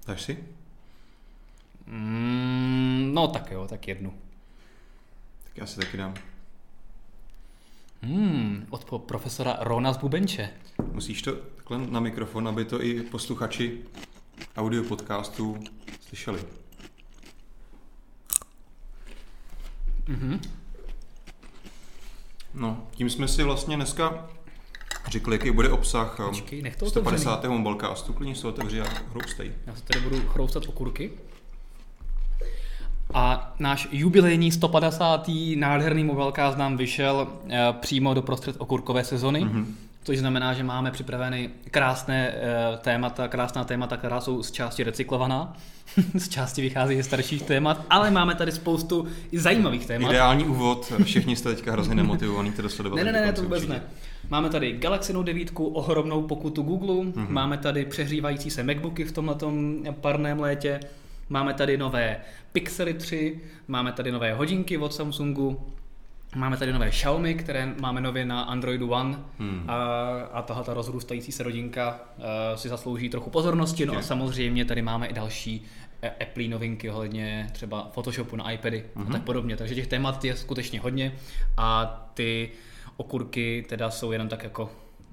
Dáš si? No tak jo, tak jednu. Tak já si taky dám. Od profesora Rona z Bubenče. Musíš to takhle na mikrofon, aby to i posluchači audio podcastu slyšeli. No, tím jsme si vlastně dneska řekli, jaký bude obsah 150. mobilecastu. Klidně se otevři a chroustej. Já se tady budu chroustat okurky. A náš jubilejní 150. nádherný mobilecast nám vyšel přímo do prostřed okurkové sezony, což znamená, že máme připraveny krásná témata, která jsou z části recyklovaná, z části vychází ze starších témat, ale máme tady spoustu i zajímavých témat. Ideální úvod, všichni jste teďka hrozně nemotivovaní to dosledovat. Ne, to vůbec ne. Máme tady Galaxy Note 9, ohromnou pokutu Google, máme tady přehřívající se MacBooky v tomhletom parném létě, máme tady nové Pixely 3, máme tady nové hodinky od Samsungu, máme tady nové Xiaomi, které máme nově na Androidu One a tahle ta rozrůstající se rodinka si zaslouží trochu pozornosti. No a samozřejmě tady máme i další Apple novinky ohledně třeba Photoshopu na iPady a tak podobně. Takže těch témat je skutečně hodně a ty okurky teda jsou jenom tak jako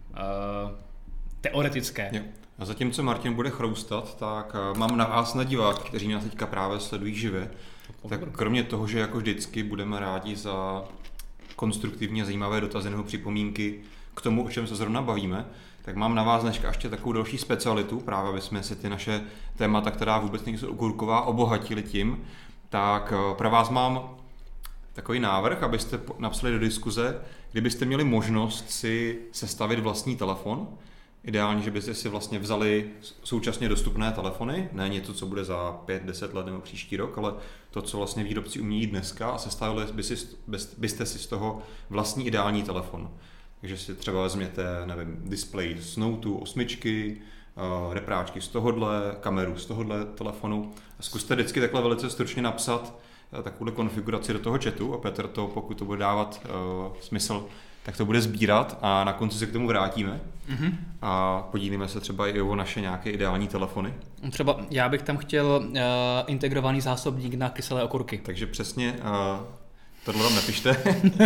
teoretické. Jo. A zatímco Martin bude chroustat, tak mám na vás na diváky, kteří nás teďka právě sledují živě. Tak kromě toho, že jako vždycky budeme rádi za konstruktivně zajímavé dotazy nebo připomínky k tomu, o čem se zrovna bavíme, tak mám na vás dneška ještě takovou další specialitu, právě aby jsme si ty naše témata, která vůbec nejsou okurková, obohatili tím. Tak pro vás mám takový návrh, abyste napsali do diskuze, kdybyste měli možnost si sestavit vlastní telefon. Ideálně, že byste si vlastně vzali současně dostupné telefony, ne něco, co bude za 5-10 let nebo příští rok, ale to, co vlastně výrobci umějí dneska a sestavili byste si z toho vlastní ideální telefon. Takže si třeba vezměte, nevím, displej z Note 8, repráčky z tohohle, kameru z tohohle telefonu a zkuste vždycky takhle velice stručně napsat takovou konfiguraci do toho chatu a Petr to, pokud to bude dávat smysl, tak to bude sbírat a na konci se k tomu vrátíme a podílíme se třeba i o naše nějaké ideální telefony. Třeba já bych tam chtěl integrovaný zásobník na kyselé okurky. Takže přesně tohle tam napište.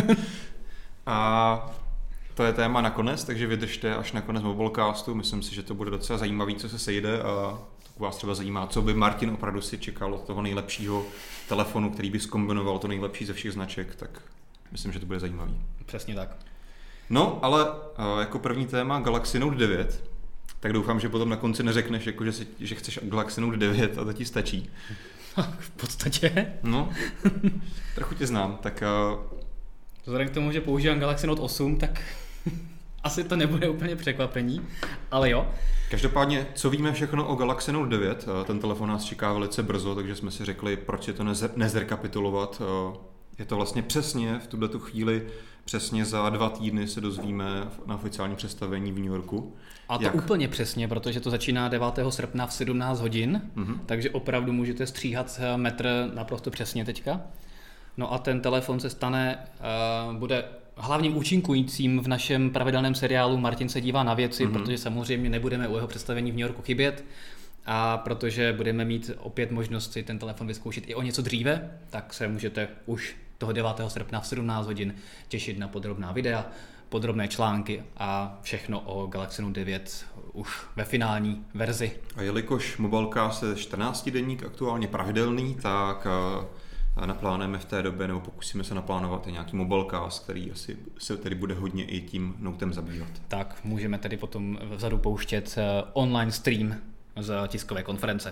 A to je téma nakonec, takže vydržte až na konec mobilecastu. Myslím si, že to bude docela zajímavý, co se sejde a vás třeba zajímá, co by Martin opravdu si čekal od toho nejlepšího telefonu, který by zkombinoval to nejlepší ze všech značek, tak myslím, že to bude zajímavý. Přesně tak. No, ale jako první téma Galaxy Note 9, tak doufám, že potom na konci neřekneš, jako, že chceš Galaxy Note 9 a to ti stačí. V podstatě. No, trochu tě znám, tak... Vzhledem k tomu, že používám Galaxy Note 8, tak asi to nebude úplně překvapení, ale jo. Každopádně, co víme všechno o Galaxy Note 9? Ten telefon nás čeká velice brzo, takže jsme si řekli, proč je to nezrekapitulovat. Je to vlastně přesně v tuto chvíli, přesně za 2 týdny se dozvíme na oficiálním představení v New Yorku. A to úplně přesně, protože to začíná 9. srpna v 17 hodin, takže opravdu můžete stříhat metr naprosto přesně teďka. No a ten telefon se stane, bude hlavním účinkujícím v našem pravidelném seriálu Martin se dívá na věci, protože samozřejmě nebudeme u jeho představení v New Yorku chybět a protože budeme mít opět možnost si ten telefon vyzkoušet i o něco dříve, tak se můžete už toho 9. srpna v 17 hodin těšit na podrobná videa, podrobné články a všechno o Galaxy Note 9 už ve finální verzi. A jelikož Mobilecast je 14denník aktuálně pravidelný, tak naplánujeme v té době, nebo pokusíme se naplánovat i nějaký Mobilecast, který asi se tedy bude hodně i tím Notem zabývat. Tak můžeme tedy potom vzadu pouštět online stream z tiskové konference.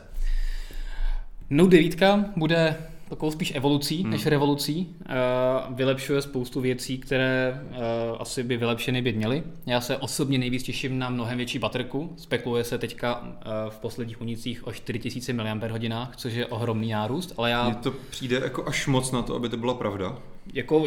Note 9 bude takovou spíš evolucí než revolucí. Vylepšuje spoustu věcí, které asi by vylepšeny být měly. Já se osobně nejvíc těším na mnohem větší baterku. Spekuluje se teďka v posledních unicích o 4000 mAh, což je ohromný nárůst. Ale mně to přijde jako až moc na to, aby to byla pravda. Jako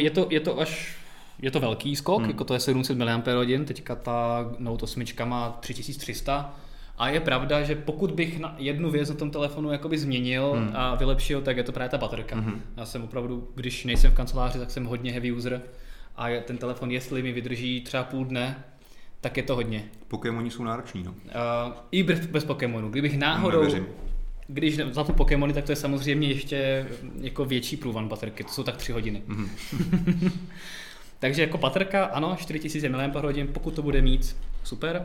je to velký skok, jako to je 700 mAh, teďka ta Note 8 má 3300. A je pravda, že pokud bych na jednu věc na tom telefonu jakoby změnil a vylepšil, tak je to právě ta baterka. Já jsem opravdu, když nejsem v kanceláři, tak jsem hodně heavy user a ten telefon, jestli mi vydrží třeba půl dne, tak je to hodně. Pokémoni jsou nároční, no. I bez Pokémonů. Kdybych náhodou když za to Pokémony, tak to je samozřejmě ještě jako větší průvan baterky, to jsou tak 3 hodiny. Takže jako baterka, ano, 4000 mAh, pokud to bude mít, super.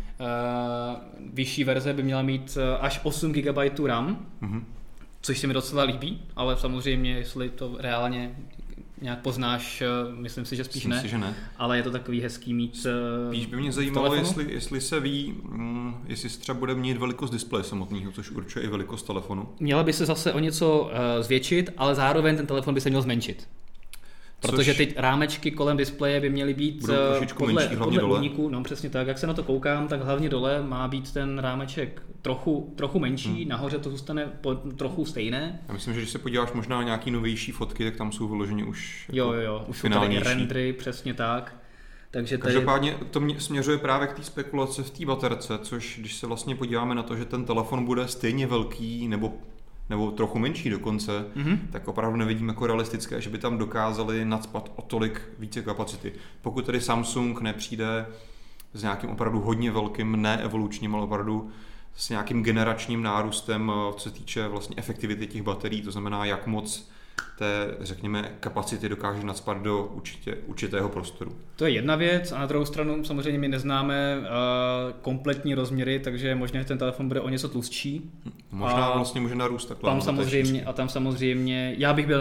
Vyšší verze by měla mít až 8 GB RAM, což se mi docela líbí, ale samozřejmě, jestli to reálně nějak poznáš, myslím si, že spíš ne. Že ne. Ale je to takový hezký mít. Spíš by mě zajímalo, jestli se ví, jestli se třeba bude měnit velikost displeje samotného, což určuje i velikost telefonu. Měla by se zase o něco zvětšit, ale zároveň ten telefon by se měl zmenšit. Protože ty rámečky kolem displeje by měly být podle úniku, no přesně tak, jak se na to koukám, tak hlavně dole má být ten rámeček trochu menší, nahoře to zůstane trochu stejné. Já myslím, že když se podíváš možná na nějaký novější fotky, tak tam jsou vyloženě už jo, už jsou tady rendry, přesně tak. Takže každopádně to směřuje právě k té spekulace v té baterce, což když se vlastně podíváme na to, že ten telefon bude stejně velký nebo trochu menší dokonce, tak opravdu nevidím jako realistické, že by tam dokázali nacpat o tolik více kapacity. Pokud tedy Samsung nepřijde s nějakým opravdu hodně velkým, ne evolučním, ale opravdu s nějakým generačním nárůstem, co se týče vlastně efektivity těch baterií, to znamená, jak moc té, řekněme, kapacity dokáže nacpat do určitého prostoru. To je jedna věc a na druhou stranu samozřejmě my neznáme kompletní rozměry, takže možná, že ten telefon bude o něco tlustší. Možná vlastně může narůst takhle. Tam samozřejmě, já bych byl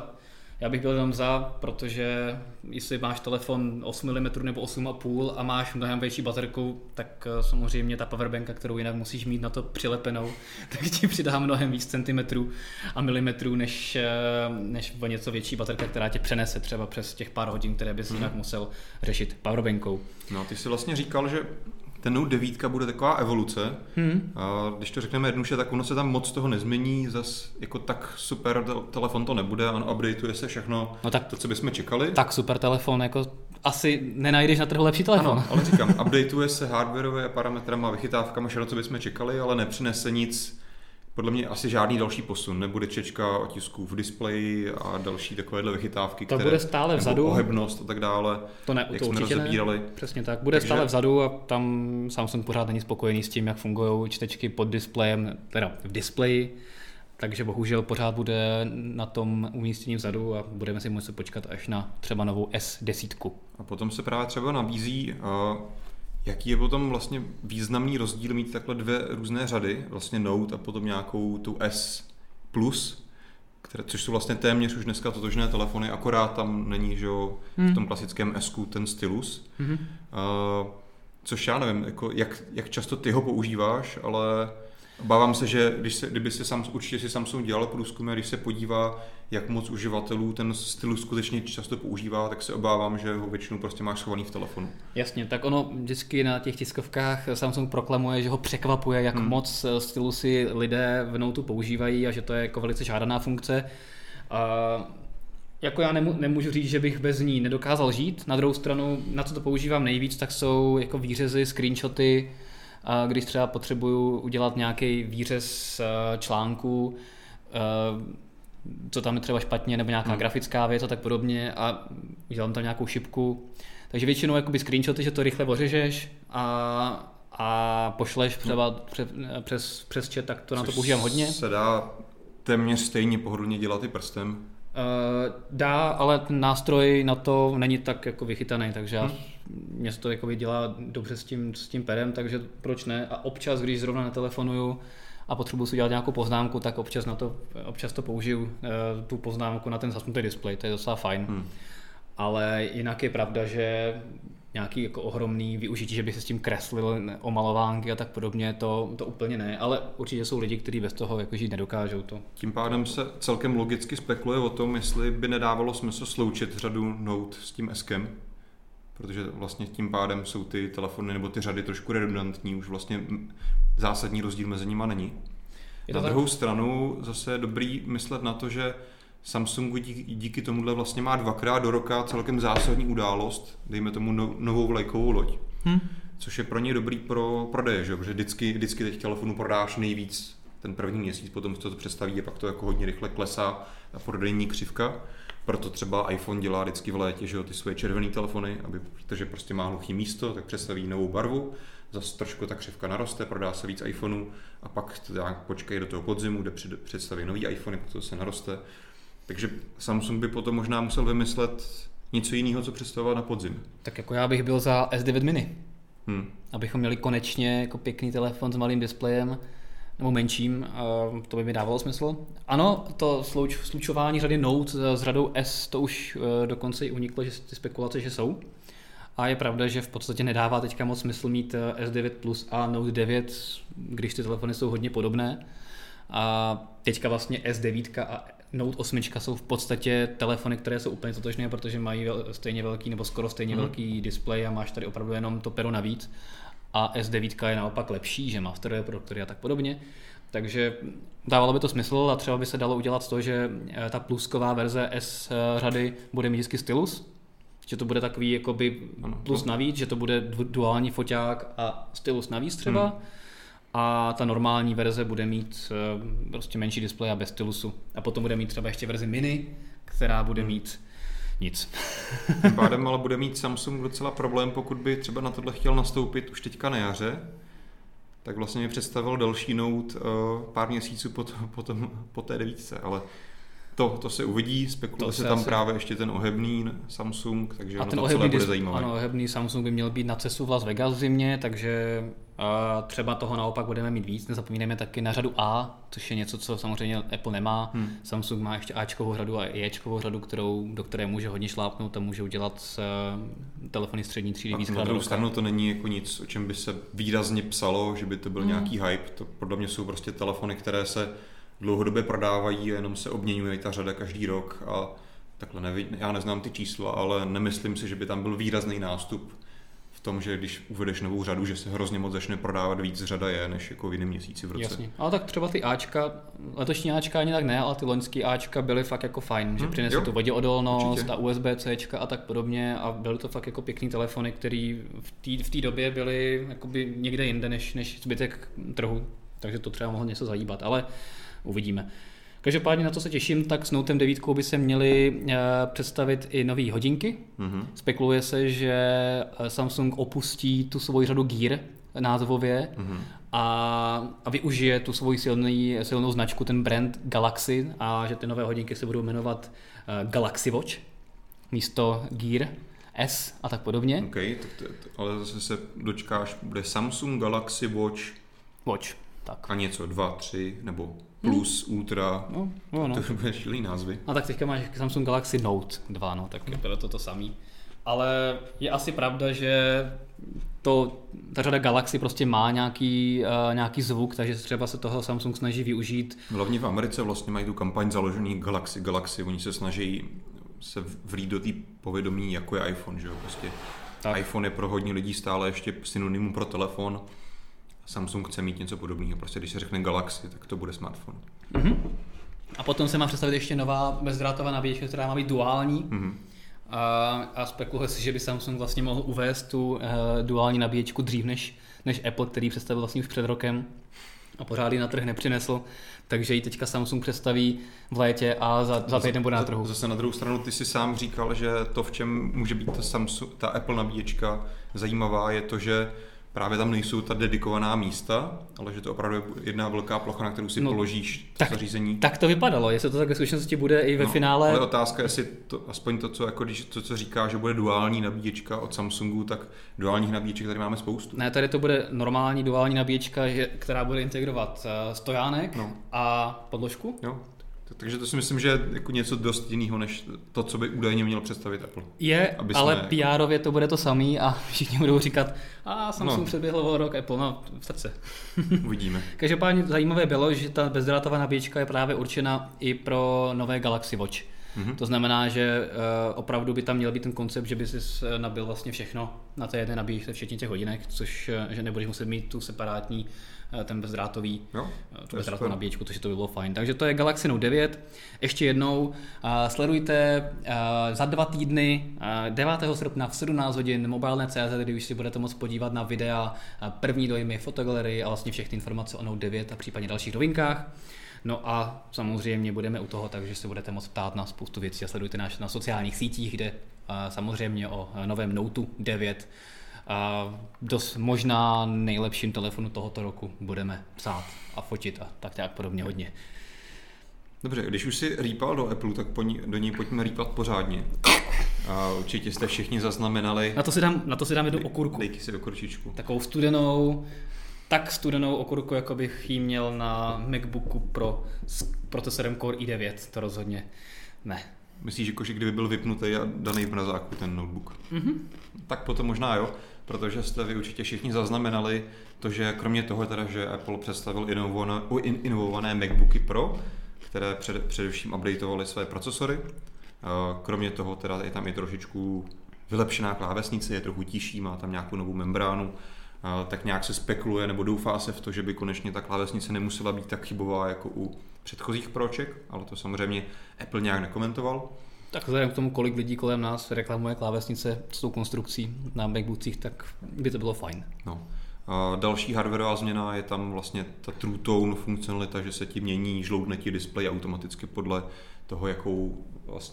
jenom za, protože jestli máš telefon 8 mm nebo 8,5 a máš mnohem větší baterku, tak samozřejmě ta powerbanka, kterou jinak musíš mít na to přilepenou, tak ti přidá mnohem víc centimetrů a milimetrů, než o něco větší baterka, která tě přenese třeba přes těch pár hodin, které bys jinak musel řešit powerbankou. No, ty jsi vlastně říkal, že ten Note 9 bude taková evoluce. A když to řekneme jednoduše, tak ono se tam moc toho nezmění, zas jako tak super telefon to nebude, ano, updateuje se všechno, no tak, to, co bychom čekali. Tak super telefon, jako asi nenajdeš na trhu lepší telefon. Ano, ale říkám, updateuje se hardwareové parametrama, vychytávkama, všechno, co bychom čekali, ale nepřinese nic. Podle mě asi žádný další posun, nebude čečka otisků v displeji a další takovéhle vychytávky, to bude stále vzadu, ohebnost a tak dále, jak jsme rozebírali. Přesně tak, bude stále vzadu a tam Samsung pořád není spokojený s tím, jak fungují čtečky pod displejem, teda v displeji, takže bohužel pořád bude na tom umístění vzadu a budeme si muset počkat až na třeba novou S10. A potom se právě třeba nabízí, jaký je potom vlastně významný rozdíl mít takhle 2 různé řady, vlastně Note a potom nějakou tu S Plus, což jsou vlastně téměř už dneska totožné telefony, akorát tam není, že v tom klasickém S-ku ten stylus. Což já nevím, jako jak často ty ho používáš, ale obávám se, že určitě si Samsung dělal průzkumy, když se podívá, jak moc uživatelů ten stylus skutečně často používá, tak se obávám, že ho většinou prostě máš schovaný v telefonu. Jasně, tak ono vždycky na těch tiskovkách Samsung proklamuje, že ho překvapuje, jak moc stylusy lidé v Note používají a že to je jako velice žádaná funkce. Jako já nemůžu říct, že bych bez ní nedokázal žít. Na druhou stranu, na co to používám nejvíc, tak jsou jako výřezy, screenshoty, když třeba potřebuju udělat nějaký výřez článku, co tam je třeba špatně, nebo nějaká grafická věc a tak podobně a udělám tam nějakou šipku. Takže většinou jakoby screenshoty, že to rychle ořežeš a pošleš třeba přes chat, tak to na to používám hodně. Se dá téměř stejně pohodlně dělat i prstem. Dá, ale ten nástroj na to není tak jako vychytaný, takže mě se to jako dělá dobře s tím perem, takže proč ne? A občas, když zrovna netelefonuju a potřebuji si udělat nějakou poznámku, tak občas to použiju, tu poznámku na ten zasnutý displej, to je docela fajn. Ale jinak je pravda, že nějaký jako ohromný využití, že by se s tím kreslil omalovánky a tak podobně, to úplně ne, ale určitě jsou lidi, kteří bez toho jako žít nedokážou to. Tím pádem se celkem logicky spekuluje o tom, jestli by nedávalo smysl sloučit řadu Note s tím S-kem, protože vlastně tím pádem jsou ty telefony nebo ty řady trošku redundantní, už vlastně zásadní rozdíl mezi nimi není. Na druhou stranu zase je dobrý myslet na to, že Samsungu díky tomuhle vlastně má 2krát do roka celkem zásadní událost, dejme tomu novou vlajkovou loď, což je pro ně dobrý pro prodeje, že? Protože vždycky teď telefonu prodáš nejvíc ten první měsíc, potom se to představí a pak to jako hodně rychle klesá a prodejní křivka. Proto třeba iPhone dělá vždycky v létě, že jo, ty svoje červené telefony, protože prostě má hluchý místo, tak představí novou barvu, zase trošku ta křivka naroste, prodá se víc iPhoneů a pak počkej do toho podzimu, kde představí nový iPhony, protože se naroste. Takže Samsung by potom možná musel vymyslet něco jiného, co představovat na podzim. Tak jako já bych byl za S9 mini. Abychom měli konečně jako pěkný telefon s malým displejem, nebo menším, to by mi dávalo smysl. Ano, to slučování řady Note s řadou S, to už dokonce i uniklo, že ty spekulace, že jsou. A je pravda, že v podstatě nedává teďka moc smysl mít S9 Plus a Note 9, když ty telefony jsou hodně podobné. A teďka vlastně S9 a Note 8 jsou v podstatě telefony, které jsou úplně totožné, protože mají stejně velký nebo skoro stejně velký displej a máš tady opravdu jenom to pero navíc. A S9 je naopak lepší, že má vtoré produktory a tak podobně. Takže dávalo by to smysl a třeba by se dalo udělat to, že ta plusková verze S řady bude mít vždycky stylus, že to bude takový jakoby plus navíc, že to bude duální foťák a stylus navíc třeba. A ta normální verze bude mít prostě menší displej a bez stylusu. A potom bude mít třeba ještě verzi mini, která bude mít nic. Tím pádem ale bude mít Samsung docela problém, pokud by třeba na tohle chtěl nastoupit už teďka na jaře, tak vlastně mi představil další Note pár měsíců po té 9, ale to se uvidí, spekuluje se tam právě ještě ten ohebný Samsung, takže a ten to celé bude zajímavé. Ano, ohebný Samsung by měl být na cestu v Las Vegas v zimě, takže třeba toho naopak budeme mít víc. Nezapomínejme taky na řadu A, což je něco, co samozřejmě Apple nemá. Samsung má ještě Ačkovou řadu a Ečkovou řadu, do které může hodně šlápnout a může udělat telefony střední třídy víc. Na druhou stranu to není jako nic, o čem by se výrazně psalo, že by to byl nějaký hype. To podle mě jsou prostě telefony, které se dlouhodobě prodávají a jenom se obměňuje ta řada každý rok a takhle já neznám ty čísla, ale nemyslím si, že by tam byl výrazný nástup v tom, že když uvedeš novou řadu, že se hrozně moc začne prodávat víc řada než jako v jiném měsíci v roce. Jasně. Ale tak třeba ty Ačka, letošní Ačka ani tak ne, ale ty loňský Ačka byly fakt jako fajn, že přinesly tu voděodolnost a USB-C a tak podobně a byly to fakt jako pěkný telefony, které v té době byly jakoby někde jinde než zbytek trhu, takže to třeba mohlo něco zajímat, ale uvidíme. Každopádně na to se těším, tak s Notem 9 by se měly představit i nové hodinky. Spekuluje se, že Samsung opustí tu svoji řadu Gear názvově a využije tu svoji silnou značku, ten brand Galaxy a že ty nové hodinky se budou jmenovat Galaxy Watch místo Gear S a tak podobně. OK, ale zase se dočkáš, bude Samsung Galaxy Watch. Tak. A něco 2, 3 nebo Plus, Ultra, to bude šílený názvy. A tak teďka máš Samsung Galaxy Note 2, tak je to samý. Ale je asi pravda, že ta řada Galaxy prostě má nějaký zvuk, takže třeba se toho Samsung snaží využít. Hlavně v Americe vlastně mají tu kampaň založený Galaxy, oni se snaží se vrít do té povědomí, jako je iPhone, že jo, prostě. Tak. iPhone je pro hodně lidí stále ještě synonymum pro telefon. Samsung chce mít něco podobného, prostě když se řekne Galaxy, tak to bude smartphone. A potom se má představit ještě nová bezdrátová nabíječka, která má být duální. A spekuluje se, že by Samsung vlastně mohl uvést tu duální nabíječku dřív než Apple, který představil vlastně už před rokem a pořád ji na trh nepřinesl, takže ji teďka Samsung představí v létě a za týden bude na trhu. Zase na druhou stranu ty si sám říkal, že to, v čem může být ta Apple nabíječka zajímavá, je to, že právě tam nejsou ta dedikovaná místa, ale že to opravdu je jedna velká plocha, na kterou si položíš zařízení. Tak to vypadalo, jestli to tak ve skutečnosti bude i ve finále. Ale otázka, jestli to, aspoň to, co říká, že bude duální nabíječka od Samsungu, tak duálních nabíječek tady máme spoustu. Ne, tady to bude normální duální nabíječka, která bude integrovat stojánek a podložku. Jo. Takže to si myslím, že je jako něco dost jiného, než to, co by údajně měl představit Apple. Je, ale PR-ově to bude to samý a všichni budou říkat, Samsung předběhl rok Apple, v srdce. Uvidíme. Každopádně zajímavé bylo, že ta bezdrátová nabíječka je právě určena i pro nové Galaxy Watch. To znamená, že opravdu by tam měl být ten koncept, že by si nabil vlastně všechno na té jedné nabíječce, včetně těch hodinek, což že nebudeš muset mít tu separátní ten bezdrátový, tu bezdrátovou nabíječku, takže to by bylo fajn. Takže to je Galaxy Note 9. Ještě jednou sledujte za 2 týdny 9. srpna v 17 hodin mobile.cz, kdy už si budete moct podívat na videa, první dojmy, fotogalerii a vlastně všechny informace o Note 9 a případně dalších novinkách. No a samozřejmě budeme u toho, takže se budete moct ptát na spoustu věcí a sledujte nás na sociálních sítích, kde samozřejmě o novém Note 9 dost možná nejlepším telefonu tohoto roku budeme psát a fotit a tak nějak podobně hodně. Dobře, když už si rýpal do Apple, tak do něj pojďme rýpat pořádně. A určitě jste všichni zaznamenali. Na to si dám jednu okurku. Dejky si okurčičku. Takovou tak studenou okurku, jako bych ji měl na MacBooku Pro s procesorem Core i9, to rozhodně ne. Myslíš, že kdyby byl vypnutý a daný v mrazáku ten notebook? Mm-hmm. Tak potom možná jo, protože jste vy určitě všichni zaznamenali to, že kromě toho teda, že Apple představil inovované MacBooky Pro, které především updateovaly své procesory. Kromě toho teda je tam i trošičku vylepšená klávesnice, je trochu tižší, má tam nějakou novou membránu, tak nějak se spekuluje nebo doufá se v to, že by konečně ta klávesnice nemusela být tak chybová jako u předchozích Proček, ale to samozřejmě Apple nějak nekomentoval. Tak vzhledem k tomu, kolik lidí kolem nás reklamuje klávesnice s tou konstrukcí na MacBookcích, tak by to bylo fajn. No. Další hardwareová změna je tam vlastně ta True Tone funkcionalita, že se ti mění, žloutne ti displej automaticky podle toho, jakou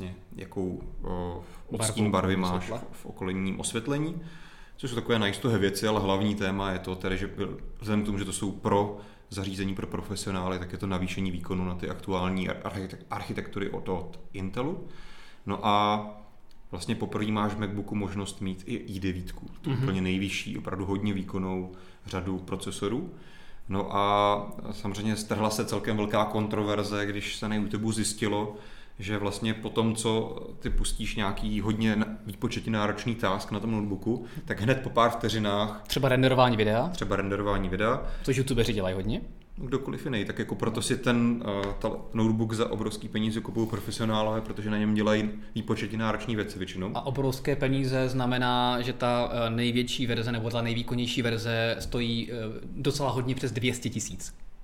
odstín barvy máš v okolním osvětlení. Což jsou takové nice to have věci, ale hlavní téma je to tedy, že vzhledem k tomu, že to jsou pro zařízení pro profesionály, tak je to navýšení výkonu na ty aktuální architektury od Intelu. No a vlastně poprvé máš v MacBooku možnost mít i i9, to úplně nejvyšší, opravdu hodně výkonnou řadu procesorů. No a samozřejmě strhla se celkem velká kontroverze, když se na YouTube zjistilo, že vlastně po tom, co ty pustíš nějaký hodně výpočetně náročný task na tom notebooku, tak hned po pár vteřinách... Třeba renderování videa. Což YouTubeři dělají hodně. Kdokoliv jiný, tak jako proto si ten notebook za obrovský peníze kupují profesionálové, protože na něm dělají výpočetně náročné věci většinou. A obrovské peníze znamená, že ta největší verze nebo ta nejvýkonnější verze stojí docela hodně přes 200 000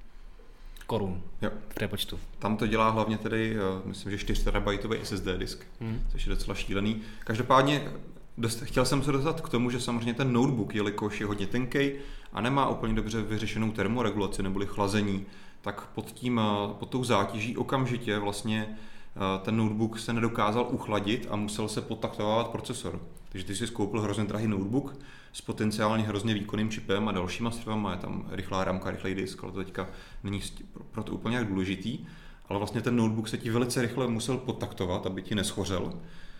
korun v přepočtu. Tam to dělá hlavně tedy, myslím, že 4 TB SSD disk, což je docela šílený. Každopádně chtěl jsem se dostat k tomu, že samozřejmě ten notebook, jelikož je hodně tenkej a nemá úplně dobře vyřešenou termoregulaci neboli chlazení, tak pod tou zátěží okamžitě vlastně ten notebook se nedokázal uchladit a musel se podtaktovávat procesor. Takže ty si koupil hrozně drahý notebook s potenciálně hrozně výkonným čipem a dalšíma střevama, je tam rychlá ramka, rychlej disk, ale to teďka není proto úplně jak důležitý, ale vlastně ten notebook se ti velice rychle musel podtaktovat, aby ti neschořel.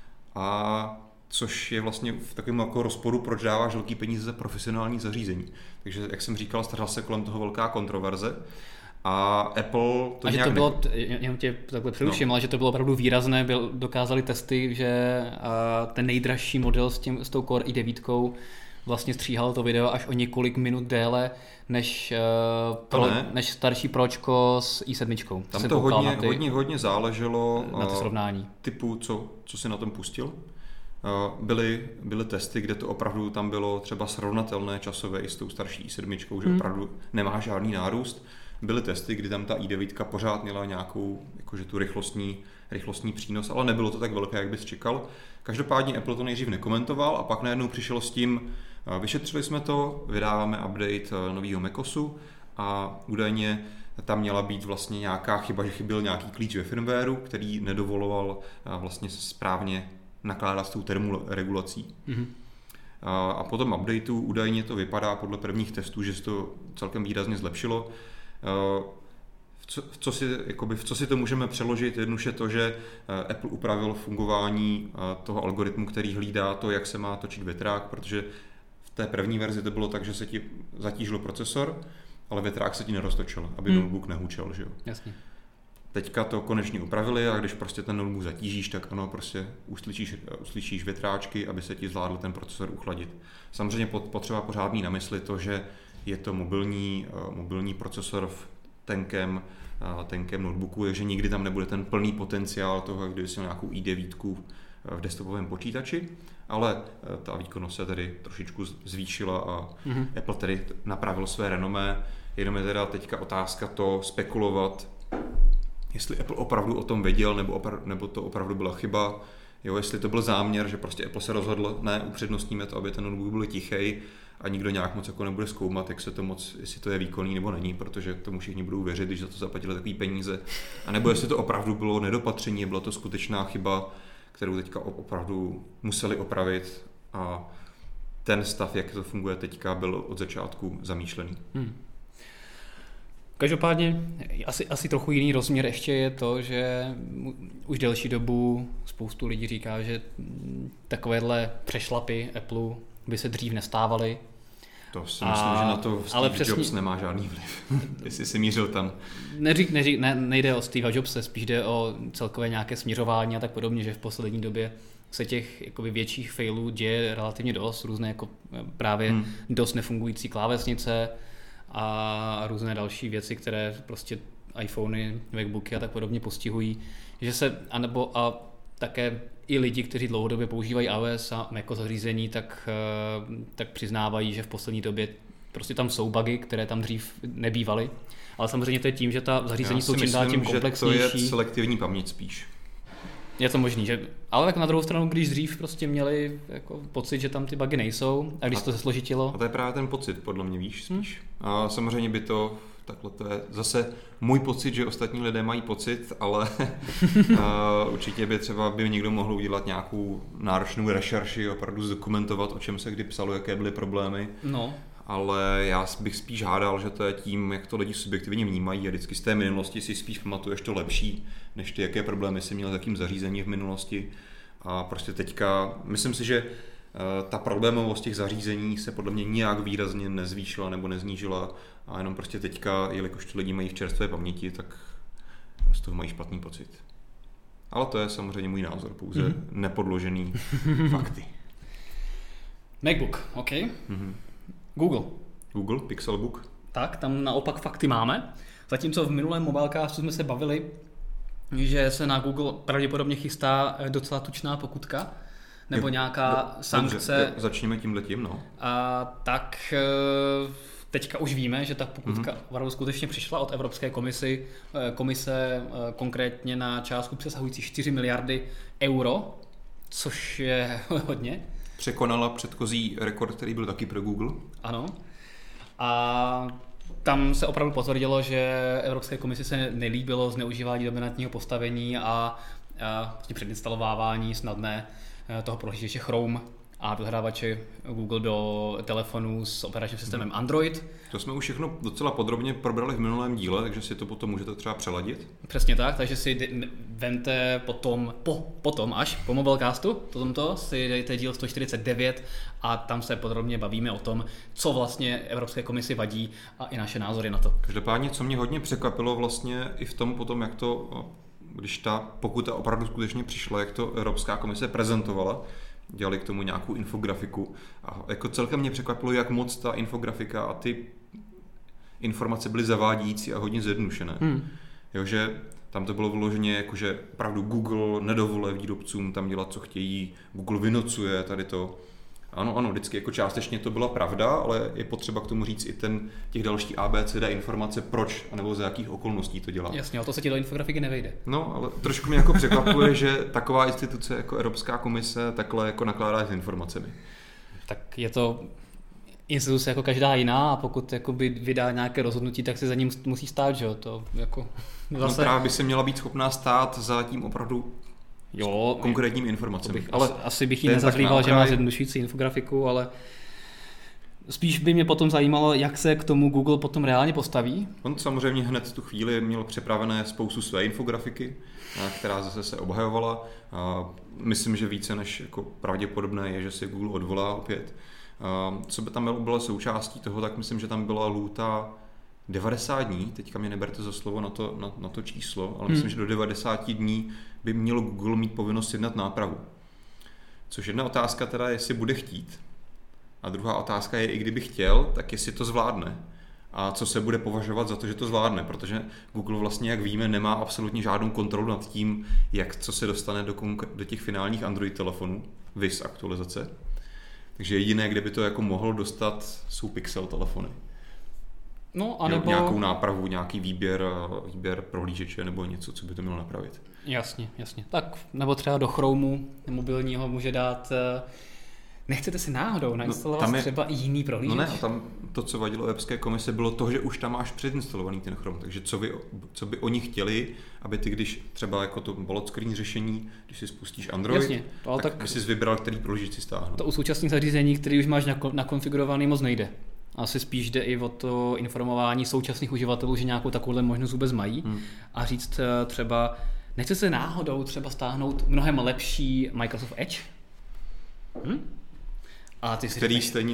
A což je vlastně v takovém jako rozporu, proč dáváš velký peníze za profesionální zařízení. Takže, jak jsem říkal, strhla se kolem toho velká kontroverze. A Apple to a že to bylo, jenom tě takhle přeruším, ale že to bylo opravdu výrazné, dokázali testy, že ten nejdražší model s tou Core i9 vlastně stříhal to video až o několik minut déle než starší Pročko s i7. Tam to hodně záleželo na to srovnání. Typu, co si na tom pustil. Byly testy, kde to opravdu tam bylo třeba srovnatelné časové i s tou starší i7, že opravdu nemá žádný nárůst. Byly testy, kdy tam ta i9 pořád měla nějakou jakože tu rychlostní přínos, ale nebylo to tak velké, jak bys čekal. Každopádně Apple to nejdřív nekomentoval a pak najednou přišel s tím, vyšetřili jsme to, vydáváme update nového macOSu a údajně tam měla být vlastně nějaká chyba, že chyběl nějaký klíč ve firmwareu, který nedovoloval vlastně správně nakládat s tou termoregulací. A po tom updateu údajně to vypadá podle prvních testů, že se to celkem výrazně zlepšilo. V co si to můžeme přeložit? Jednoduše to, že Apple upravil fungování toho algoritmu, který hlídá to, jak se má točit větrák, protože v té první verzi to bylo tak, že se ti zatížil procesor, ale větrák se ti neroztočil, aby notebook nehučel, že jo? Jasně. Teďka to konečně upravili a když prostě ten notebook zatížíš, tak ano, prostě uslyšíš větráčky, aby se ti zvládl ten procesor uchladit. Samozřejmě potřeba pořád mít na mysli to, že je to mobilní procesor v tenkém notebooku, takže nikdy tam nebude ten plný potenciál toho, kdyby si měl nějakou i9 v desktopovém počítači, ale ta výkonnost se tedy trošičku zvýšila a Apple tedy napravil své renomé. Jenom je teda teďka otázka to spekulovat, jestli Apple opravdu o tom věděl, nebo to opravdu byla chyba. Jo, jestli to byl záměr, že prostě Apple se rozhodl, ne, upřednostníme to, aby ten notebook byl tichej a nikdo nějak moc jako nebude zkoumat, jak se to moc, jestli to je výkonný nebo není, protože tomu všichni budou věřit, když za to zaplatili takový peníze. A nebo jestli to opravdu bylo nedopatření, byla to skutečná chyba, kterou teďka opravdu museli opravit a ten stav, jak to funguje teďka, byl od začátku zamýšlený. Každopádně asi trochu jiný rozměr ještě je to, že už delší dobu spoustu lidí říká, že takovéhle přešlapy Apple by se dřív nestávaly. To si myslím, že na to Steve Jobs nemá žádný vliv, jestli si mířil tam. Nejde o Steve Jobse, spíš jde o celkové nějaké směřování a tak podobně, že v poslední době se těch jakoby větších failů děje relativně dost, různé jako právě dost nefungující klávesnice a různé další věci, které prostě iPhony, MacBooky a tak podobně postihují, že se, a také i lidi, kteří dlouhodobě používají iOS a Mac zařízení, tak přiznávají, že v poslední době prostě tam jsou bugy, které tam dřív nebývaly. Ale samozřejmě to je tím, že ta zařízení jsou čím dál tím komplexnější. Že to je selektivní paměť spíš. Je to možný, že? Ale tak na druhou stranu, když dřív prostě měli jako pocit, že tam ty bugy nejsou a když to se složitilo. A to je právě ten pocit, podle mě, víš, spíš. A samozřejmě by to, takhle to je zase můj pocit, že ostatní lidé mají pocit, ale určitě by někdo mohl udělat nějakou náročnou rešerši, opravdu zdokumentovat, o čem se kdy psalo, jaké byly problémy. No. Ale já bych spíš hádal, že to je tím, jak to lidi subjektivně vnímají a vždycky z té minulosti si spíš pamatuješ to lepší, než ty, jaké problémy jsi měl s jakým zařízením v minulosti. A prostě teďka, myslím si, že ta problémovost těch zařízení se podle mě nijak výrazně nezvýšila nebo neznížila a jenom prostě teďka, jelikož ty lidi mají v čerstvé paměti, tak z toho mají špatný pocit. Ale to je samozřejmě můj názor, pouze nepodložený fakty. MacBook, OK. Google, Pixelbook. Tak, tam naopak fakty máme. Zatímco v minulém Mobilecastu jsme se bavili, že se na Google pravděpodobně chystá docela tučná pokutka, nebo nějaká sankce. Dobře, začněme tímhletím, no. Tak teďka už víme, že ta pokutka opravdu skutečně přišla od Evropské komise konkrétně na částku přesahující 4 miliardy euro, což je hodně. Překonala předchozí rekord, který byl taky pro Google. Ano. A tam se opravdu potvrdilo, že Evropské komisi se nelíbilo zneužívání dominantního postavení a předinstalovávání snadné toho prohlížeče Chrome a dohrávače Google do telefonů s operačním systémem Android. To jsme už všechno docela podrobně probrali v minulém díle, takže si to potom můžete třeba přeladit. Přesně tak, takže si vemte potom až po Mobilecastu, tomto si dejte díl 149 a tam se podrobně bavíme o tom, co vlastně Evropské komisi vadí a i naše názory na to. Každopádně, co mě hodně překvapilo vlastně i v tom potom, jak to, když ta pokuta opravdu skutečně přišla, jak to Evropská komise prezentovala, dělali k tomu nějakou infografiku a jako celkem mě překvapilo, jak moc ta infografika a ty informace byly zavádějící a hodně zjednodušené. Jo, že tam to bylo vyloženě jako, že opravdu Google nedovoluje výrobcům tam dělat, co chtějí, Google vynocuje tady to. Ano, vždycky jako částečně to byla pravda, ale je potřeba k tomu říct i těch další ABCD informace, proč nebo za jakých okolností to dělá. Jasně, ale to se ti do infografiky nevejde. No, ale trošku mě jako překvapuje, že taková instituce jako Evropská komise takhle jako nakládá s informacemi. Tak je to instituce jako každá jiná a pokud jakoby vydá nějaké rozhodnutí, tak si za ním musí stát, že jo? To jako zase... No právě by se měla být schopná stát za tím opravdu konkrétními informacemi. Ale asi bych jí nezazlíval, že má zjednodušující infografiku, ale spíš by mě potom zajímalo, jak se k tomu Google potom reálně postaví. On samozřejmě hned v tu chvíli měl připravené spoustu své infografiky, která zase se obhajovala. Myslím, že více než jako pravděpodobné je, že se Google odvolá opět. Co by tam bylo součástí toho, tak myslím, že tam byla lhůta 90 dní, teďka mě neberte za slovo na to číslo, ale myslím, že do 90 dní by mělo Google mít povinnost jednat nápravu. Což jedna otázka teda, jestli bude chtít. A druhá otázka je, i kdyby chtěl, tak jestli to zvládne. A co se bude považovat za to, že to zvládne, protože Google vlastně, jak víme, nemá absolutně žádnou kontrolu nad tím, co se dostane do těch finálních Android telefonů, viz aktualizace. Takže jediné, kde by to jako mohlo dostat, jsou Pixel telefony. No, anebo... Nějakou nápravu, nějaký výběr prohlížeče nebo něco, co by to mělo napravit. Jasně. Tak, nebo třeba do Chromu mobilního může dát... Nechcete si náhodou nainstalovat třeba i jiný prohlížeč? No ne, a tam to, co vadilo Evropské komise, bylo to, že už tam máš předinstalovaný ten Chrome, takže co by oni chtěli, aby ty, když třeba jako to bullet screen řešení, když si spustíš Android, jasně, tak by si vybral, který prohlížeč si stáhnout. To u současných zařízení, který už máš nakonfigurovaný, moc nejde. Asi spíš jde i o to informování současných uživatelů, že nějakou takovouhle možnost vůbec mají a říct třeba, nechce se náhodou třeba stáhnout mnohem lepší Microsoft Edge? A ty si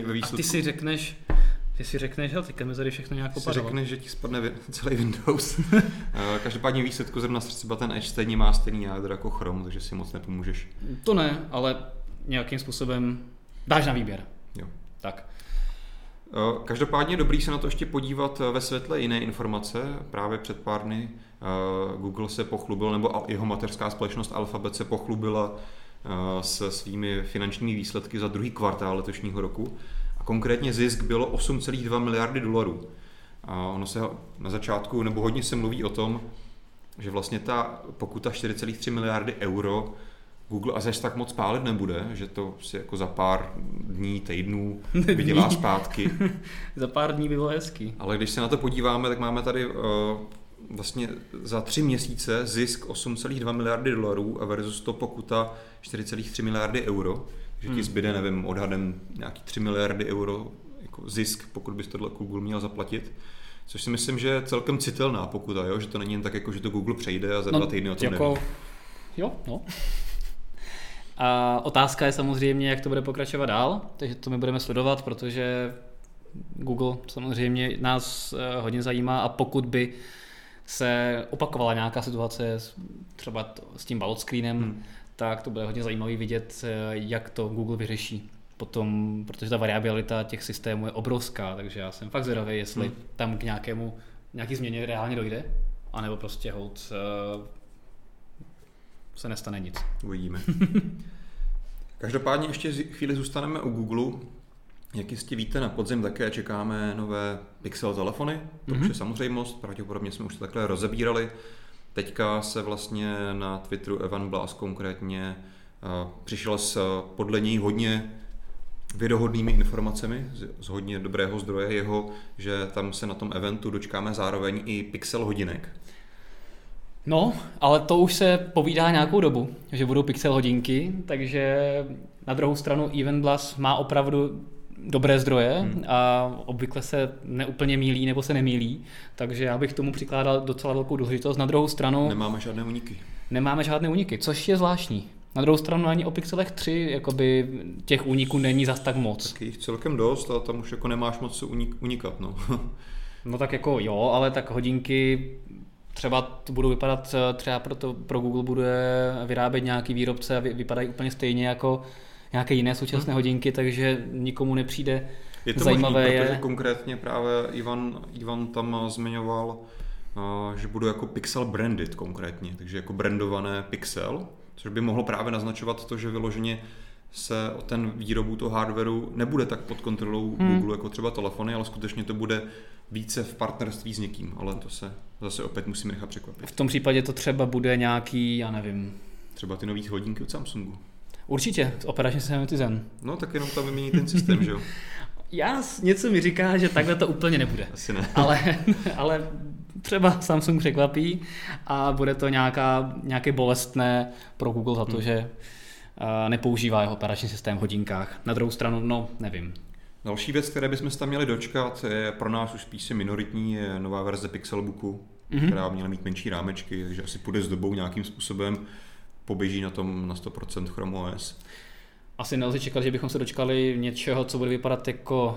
řekneš, hele, teďka mi tady všechno nějak popadalo. Ty si řekneš, že ti spadne celý Windows. Každopádně výsledku zrovna třeba ten Edge stejně má stejný jádro jako Chrome, takže si moc nepomůžeš. To ne, ale nějakým způsobem dáš na výběr. Jo. Tak. Každopádně dobrý se na to ještě podívat ve světle jiné informace. Právě před pár dny Google se pochlubil, nebo jeho mateřská společnost Alphabet se pochlubila se svými finančními výsledky za druhý kvartál letošního roku. A konkrétně zisk bylo 8,2 miliardy dolarů. A ono se na začátku, nebo hodně se mluví o tom, že vlastně ta pokuta 4,3 miliardy euro Google asi tak moc pálit nebude, že to si jako za pár dní, týdnů vydělá zpátky. Za pár dní by bylo hezký. Ale když se na to podíváme, tak máme tady vlastně za 3 měsíce zisk 8,2 miliardy dolarů a versus to pokuta 4,3 miliardy euro. Takže ti zbyde, nevím, odhadem nějaký 3 miliardy euro jako zisk, pokud bys tohle Google měl zaplatit. Což si myslím, že je celkem citelná pokuta, jo? Že to není jen tak, jako, že to Google přejde a za 2 týdny o tom jako... neví. Jo, no. A otázka je samozřejmě, jak to bude pokračovat dál, takže to my budeme sledovat, protože Google samozřejmě nás hodně zajímá a pokud by se opakovala nějaká situace třeba s tím bullet screenem, tak to bude hodně zajímavý vidět, jak to Google vyřeší potom, protože ta variabilita těch systémů je obrovská, takže já jsem fakt zvědavý, jestli tam k nějaký změně reálně dojde, anebo prostě hold se nestane nic. Uvidíme. Každopádně ještě chvíli zůstaneme u Google. Jak jistě víte, na podzim také čekáme nové Pixel telefony. To už je samozřejmost, pravděpodobně jsme už to takhle rozebírali. Teďka se vlastně na Twitteru Evan Blass konkrétně přišel s podle něj hodně věrohodnými informacemi z hodně dobrého zdroje jeho, že tam se na tom eventu dočkáme zároveň i Pixel hodinek. No, ale to už se povídá nějakou dobu, že budou Pixel hodinky, takže na druhou stranu Evan Blass má opravdu dobré zdroje a obvykle se neúplně mýlí nebo se nemýlí, takže já bych tomu přikládal docela velkou důležitost. Na druhou stranu... Nemáme žádné úniky, což je zvláštní. Na druhou stranu ani o Pixelech 3 jakoby těch úniků není zas tak moc. Tak jich celkem dost a tam už jako nemáš moc co unikat, no. No tak jako jo, ale tak hodinky třeba to budou vypadat, třeba pro Google bude vyrábět nějaký výrobce a vypadají úplně stejně jako nějaké jiné současné hodinky, takže nikomu nepřijde je to zajímavé. Možný, protože konkrétně právě Ivan tam zmiňoval, že budou jako Pixel branded konkrétně, takže jako brandované Pixel, což by mohlo právě naznačovat to, že vyloženě se o ten výrobu toho hardwareu nebude tak pod kontrolou Google jako třeba telefony, ale skutečně to bude více v partnerství s někým, ale to se zase opět musíme nechat překvapit. V tom případě to třeba bude nějaký, já nevím. Třeba ty nový hodinky od Samsungu. Určitě, operační systém Tizen. No tak jenom tam vymění ten systém, že jo? Něco mi říká, že takhle to úplně nebude. Asi ne. Ale třeba Samsung překvapí a bude to nějaké bolestné pro Google za to, že nepoužívá jeho operační systém v hodinkách. Na druhou stranu, no, nevím. Další věc, které bychom se tam měli dočkat, je pro nás už spíše minoritní, je nová verze Pixelbooku, která měla mít menší rámečky, takže asi půjde s dobou nějakým způsobem, poběží na tom na 100% Chrome OS. Asi nelze čekat, že bychom se dočkali něčeho, co bude vypadat jako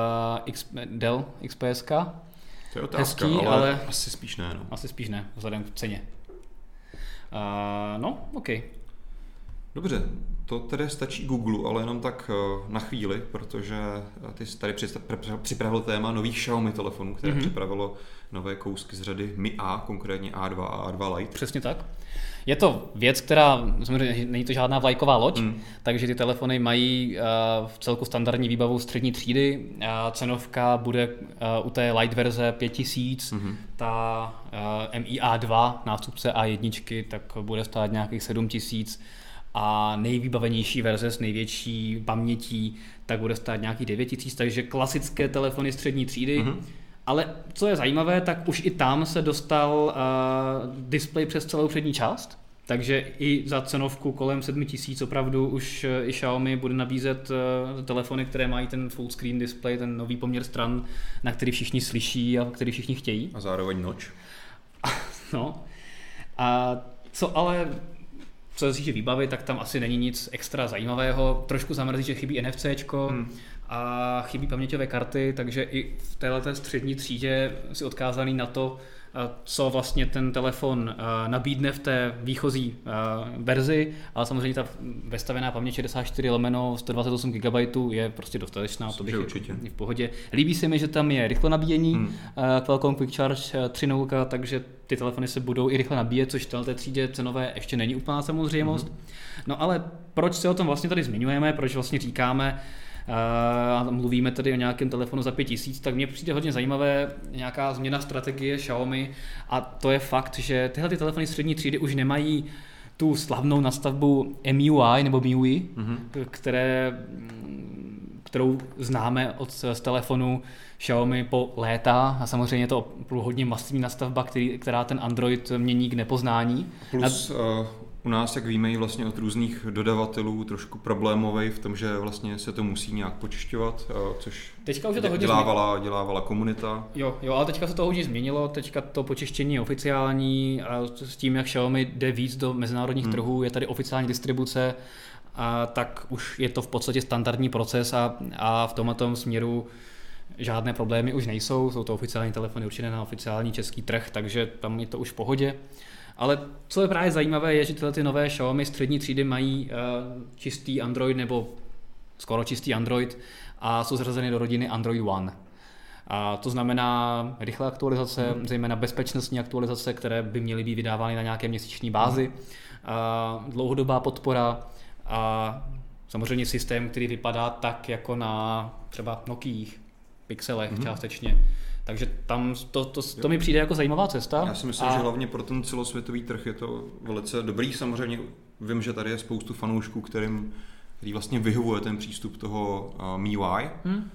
Dell XPS. To je otázka, hezký, ale asi spíš ne. No. Asi spíš ne, vzhledem k ceně. No, OK. Dobře, To tedy stačí Google, ale jenom tak na chvíli, protože ty jsi tady připravil téma nových Xiaomi telefonů, které připravilo nové kousky z řady Mi A, konkrétně A2 a A2 Lite. Přesně tak. Je to věc, která, samozřejmě není to žádná vlajková loď, takže ty telefony mají v celku standardní výbavu střední třídy. Cenovka bude u té Lite verze 5000, ta Mi A2, nástupce A1, tak bude stát nějakých 7000 a nejvybavenější verze s největší pamětí tak bude stát nějakých 9000, takže klasické telefony střední třídy. Ale co je zajímavé, tak už i tam se dostal displej přes celou přední část, takže i za cenovku kolem 7000 opravdu už i Xiaomi bude nabízet telefony, které mají ten full screen display, ten nový poměr stran, na který všichni slyší a který všichni chtějí. A zároveň noč. No. A co ale... Co se týče výbavy, tak tam asi není nic extra zajímavého. Trošku zamrzí, že chybí NFCčko a chybí paměťové karty, takže i v této střední třídě si odkázaný na to, co vlastně ten telefon nabídne v té výchozí verzi, ale samozřejmě ta vestavená paměť 64/128 GB je prostě dostatečná, to bych určitě v pohodě. Líbí se mi, že tam je rychle nabíjení, Qualcomm Quick Charge 3.0, takže ty telefony se budou i rychle nabíjet, což v této třídě cenové ještě není úplná samozřejmost. No ale proč se o tom vlastně tady zmiňujeme, proč vlastně říkáme, a mluvíme tady o nějakém telefonu za 5000, tak mně přijde hodně zajímavé nějaká změna strategie Xiaomi a to je fakt, že tyhle ty telefony střední třídy už nemají tu slavnou nastavbu MIUI nebo MIUI, kterou známe z telefonu Xiaomi po léta a samozřejmě je to hodně masivní nastavba, která ten Android mění k nepoznání. Plus u nás, jak víme, je vlastně od různých dodavatelů trošku problémový v tom, že vlastně se to musí nějak počišťovat, což teďka už je to hodně dělávala komunita. Jo, ale teďka se to hodně změnilo, teďka to počištění je oficiální a s tím, jak Xiaomi jde víc do mezinárodních trhů, je tady oficiální distribuce, tak už je to v podstatě standardní proces a v tomto směru žádné problémy už nejsou, jsou to oficiální telefony určené na oficiální český trh, takže tam je to už v pohodě. Ale co je právě zajímavé, je, že tyhle ty nové Xiaomi střední třídy mají čistý Android nebo skoro čistý Android a jsou zařazeny do rodiny Android One. A to znamená rychlé aktualizace, zejména bezpečnostní aktualizace, které by měly být vydávány na nějaké měsíční bázi, dlouhodobá podpora a samozřejmě systém, který vypadá tak jako na třeba Nokiích, Pixelech částečně. Takže tam to mi přijde jako zajímavá cesta. Já si myslím, že hlavně pro ten celosvětový trh je to velice dobrý. Samozřejmě vím, že tady je spoustu fanoušků, který vlastně vyhovuje ten přístup toho MIUI.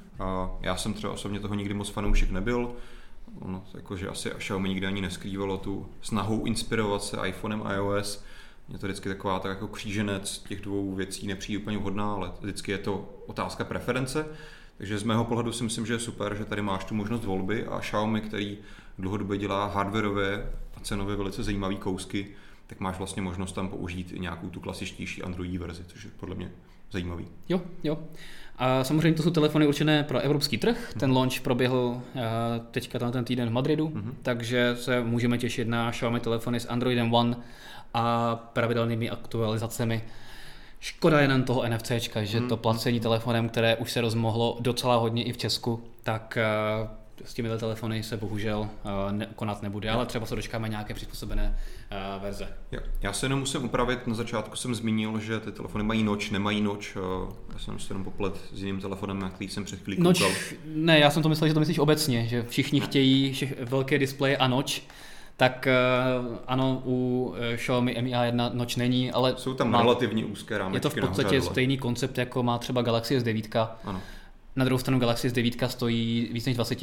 Já jsem třeba osobně toho nikdy moc fanoušek nebyl. Ono, jakože asi Xiaomi nikdy ani neskrývalo tu snahou inspirovat se iPhonem iOS. Je to vždycky taková tak jako kříženec těch dvou věcí, nepřijde úplně vhodná, ale vždycky je to otázka preference. Takže z mého pohledu si myslím, že je super, že tady máš tu možnost volby a Xiaomi, který dlouhodobě dělá hardwareové a cenově velice zajímavé kousky, tak máš vlastně možnost tam použít i nějakou tu klasičtější Androidí verzi, což je podle mě zajímavý. Jo. A samozřejmě to jsou telefony určené pro evropský trh. Ten launch proběhl teďka ten týden v Madridu, takže se můžeme těšit na Xiaomi telefony s Androidem One a pravidelnými aktualizacemi. Škoda jenom toho NFCčka, že to placení telefonem, které už se rozmohlo docela hodně i v Česku, tak s těmihle telefony se bohužel konat nebude, ale třeba se dočkáme nějaké přizpůsobené verze. Já se jenom musím upravit, na začátku jsem zmínil, že ty telefony mají noč, nemají noč, já jsem se jenom poplet s jiným telefonem, na který jsem před chvílí koukal. Ne, já jsem to myslel, že to myslíš obecně, že všichni chtějí velké displeje a noč. Tak ano, u Xiaomi Mi A1 noč není, ale jsou tam relativně úzké rámečky. Je to v podstatě stejný koncept, jako má třeba Galaxy S9. Ano. Na druhou stranu Galaxy S9 stojí víc než 20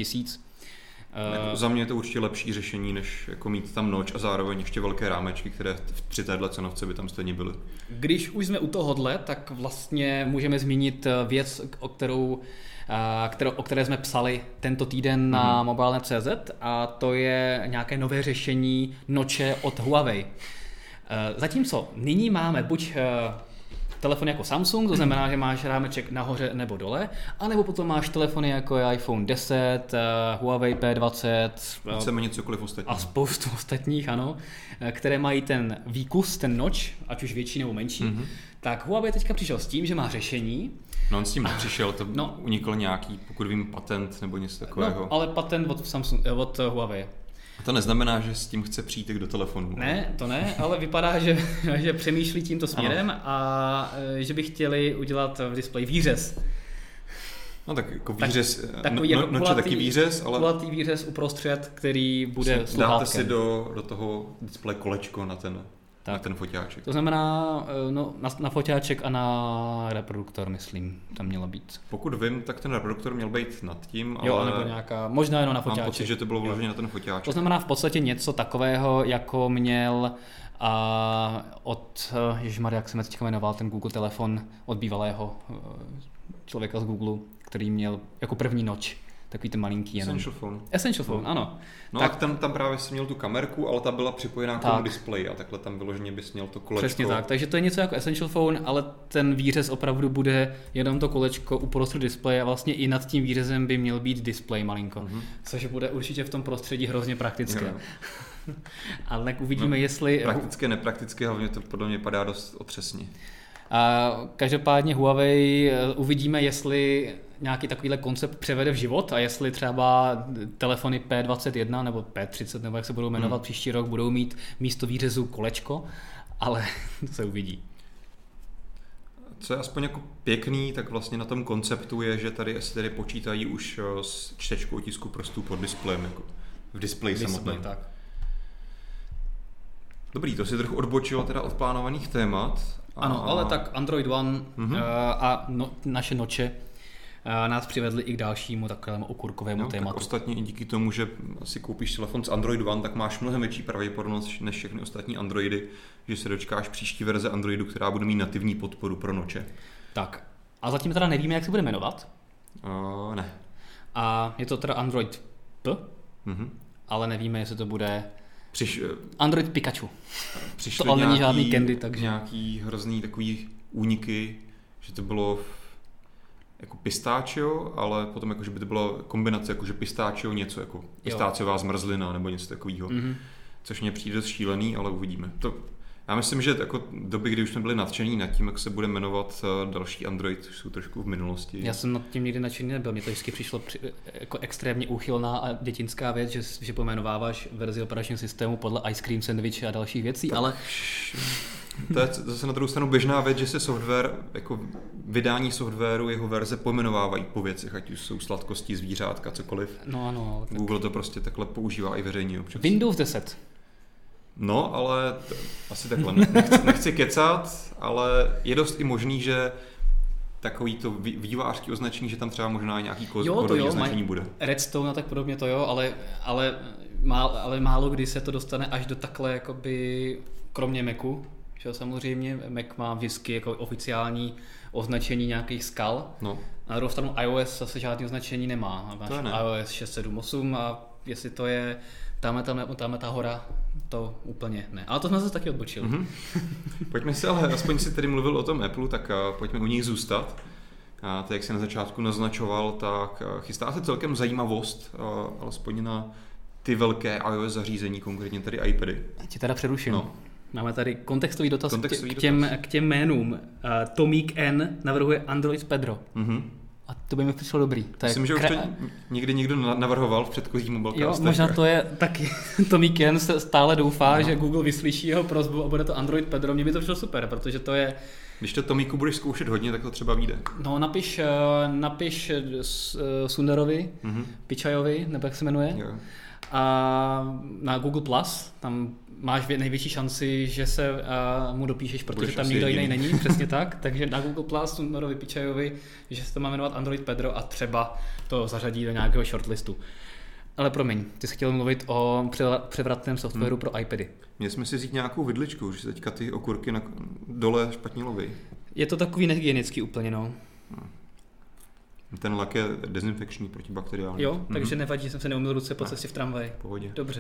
000. Za mě je to určitě lepší řešení, než jako mít tam noč a zároveň ještě velké rámečky, které při téhle cenovce by tam stejně byly. Když už jsme u tohohle, tak vlastně můžeme zmínit věc, o které jsme psali tento týden na mobile.cz a to je nějaké nové řešení noče od Huawei. Zatímco nyní máme buď telefony jako Samsung, to znamená, že máš rámeček nahoře nebo dole, anebo potom máš telefony jako je iPhone 10, Huawei P20 cokoliv ostatního. A spoustu ostatních, ano, které mají ten výkus, ten notch, ať už větší nebo menší. Tak Huawei teďka přišel s tím, že má řešení. No on s tím nepřišel, to unikl nějaký, pokud vím, patent nebo něco takového. No, ale patent od Huawei. To neznamená, že s tím chce přijít do telefonu. Ne, to ne, ale vypadá, že přemýšlí tímto směrem a že by chtěli udělat v displeji výřez. No tak jako výřez, takový jako noče taky výřez, ale... Kulatý výřez uprostřed, který bude sluchátkem. Dáte si do toho displeje kolečko na ten foťáček. To znamená na foťáček a na reproduktor, myslím, tam mělo být. Pokud vím, tak ten reproduktor měl být nad tím, ale... Jo, nebo nějaká, možná jenom na foťáček. Mám pocit, že to bylo vložené na ten foťáček. To znamená v podstatě něco takového, jako měl od, ježišmarja, jak se teďka jmenoval, ten Google telefon od bývalého člověka z Google, který měl jako první noč. Takový ten malinký jenom. Essential phone, ano. No tak tam právě jsi měl tu kamerku, ale ta byla připojená k tomu displeji a takhle tam vyloženě bys měl to kolečko. Přesně tak, takže to je něco jako Essential phone, ale ten výřez opravdu bude jenom to kolečko uprostřed displeje a vlastně i nad tím výřezem by měl být displej malinko, což bude určitě v tom prostředí hrozně praktické. Ale tak uvidíme, jestli... Praktické, nepraktické, hlavně to podle mě padá dost otřesně. A každopádně Huawei uvidíme, jestli nějaký takovýhle koncept převede v život a jestli třeba telefony P21 nebo P30 nebo jak se budou jmenovat příští rok budou mít místo výřezu kolečko, ale to se uvidí. Co je aspoň jako pěkný, tak vlastně na tom konceptu je, že tady počítají už s čtečkou otisku prstů pod displejem, jako v displeji samotném. Tak. Dobrý, to si trochu odbočilo teda od plánovaných témat. Ano, ale tak Android One a naše noče nás přivedli i k dalšímu takovému okurkovému tématu. Tak ostatně i díky tomu, že si koupíš telefon s Android One, tak máš mnohem větší pravděpodobnost než všechny ostatní Androidy, že se dočkáš příští verze Androidu, která bude mít nativní podporu pro noče. Tak, a zatím teda nevíme, jak se bude jmenovat. Ne. A je to teda Android P, ale nevíme, jestli to bude Android Pikachu. To ale není žádný candy, takže... Nějaký hrozný takový úniky, že to bylo jako pistáčio, ale potom jako, že by to byla kombinace jakože pistáčio něco jako pistáciová zmrzlina nebo něco takového. Což mě přijde šílený, ale uvidíme. Já myslím, že jako doby, kdy už jsme byli nadšení nad tím, jak se bude jmenovat další Android, jsou trošku v minulosti. Já jsem nad tím nikdy nadšený nebyl. Mně to vždycky přišlo jako extrémně úchylná a dětinská věc, že pojmenováváš verzi operačního systému podle Ice Cream Sandwich a dalších věcí, ale... To je zase na druhou stranu běžná věc, že se software, jako vydání softwaru, jeho verze pojmenovávají po věcech, ať už jsou sladkosti, zvířátka, cokoliv. No ano. Tak... Google to prostě takhle používá i veřejně občas. Windows 10. No, ale asi takhle. Nechci kecat, ale je dost i možný, že takový to vývojářský označení, že tam třeba možná nějaký kódový označení bude. Redstone a tak podobně to jo, ale málo kdy se to dostane až do takhle jakoby, kromě Macu, že samozřejmě Mac má vždycky jako oficiální označení nějakých skal. No. Na druhou stranu iOS zase žádné označení nemá. Máš iOS 6.7.8 a jestli to je tam ta hora, to úplně ne. Ale to jsme zase taky odbočili. Pojďme si ale, aspoň si tady mluvil o tom Apple, tak pojďme u nich zůstat. A to, jak jsi na začátku naznačoval, tak chystá se celkem zajímavost, alespoň na ty velké iOS zařízení, konkrétně tady iPady. Já ti teda přeruším. No. Máme tady kontextový dotaz k těm jménům. Tomík N navrhuje Android Pedro. A to by mi přišlo dobrý. Myslím, že už to někdy někdo navrhoval v předchozím mobilkastech. Jo, možná to je taky. Tomík N se stále doufá, že Google vyslyší jeho prosbu a bude to Android Pedro. Mně by to přišlo super, protože to je... Když to Tomíku budeš zkoušet hodně, tak to třeba vyjde. No, napiš Sundarovi, Pichajovi, nebo jak se jmenuje. Jo. A na Google Plus, tam máš největší šanci, že se mu dopíšeš, protože budeš tam nikdo jiný není, přesně tak. Takže na Google Plus, Sundarovi, Pichajovi, že se to má jmenovat Android Pedro a třeba to zařadí do nějakého shortlistu. Ale promiň, ty jsi chtěl mluvit o převratném softwaru pro iPady. Měli jsme si vzít nějakou vidličku, že teďka ty okurky dole špatně loví. Je to takový nehygienický úplně, no. Ten lak je dezinfekční, protibakteriální. Jo, takže nevadí, jsem se neumyl ruce po cestě v tramvaji. Pohodě. Dobře.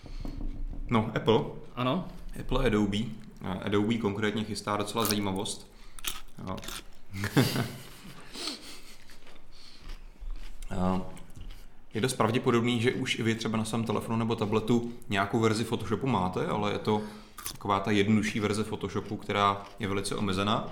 No, Apple. Ano. Apple a Adobe. Adobe konkrétně chystá docela zajímavost. Je dost pravděpodobný, že už i vy třeba na svém telefonu nebo tabletu nějakou verzi Photoshopu máte, ale je to taková ta jednodušší verze Photoshopu, která je velice omezená.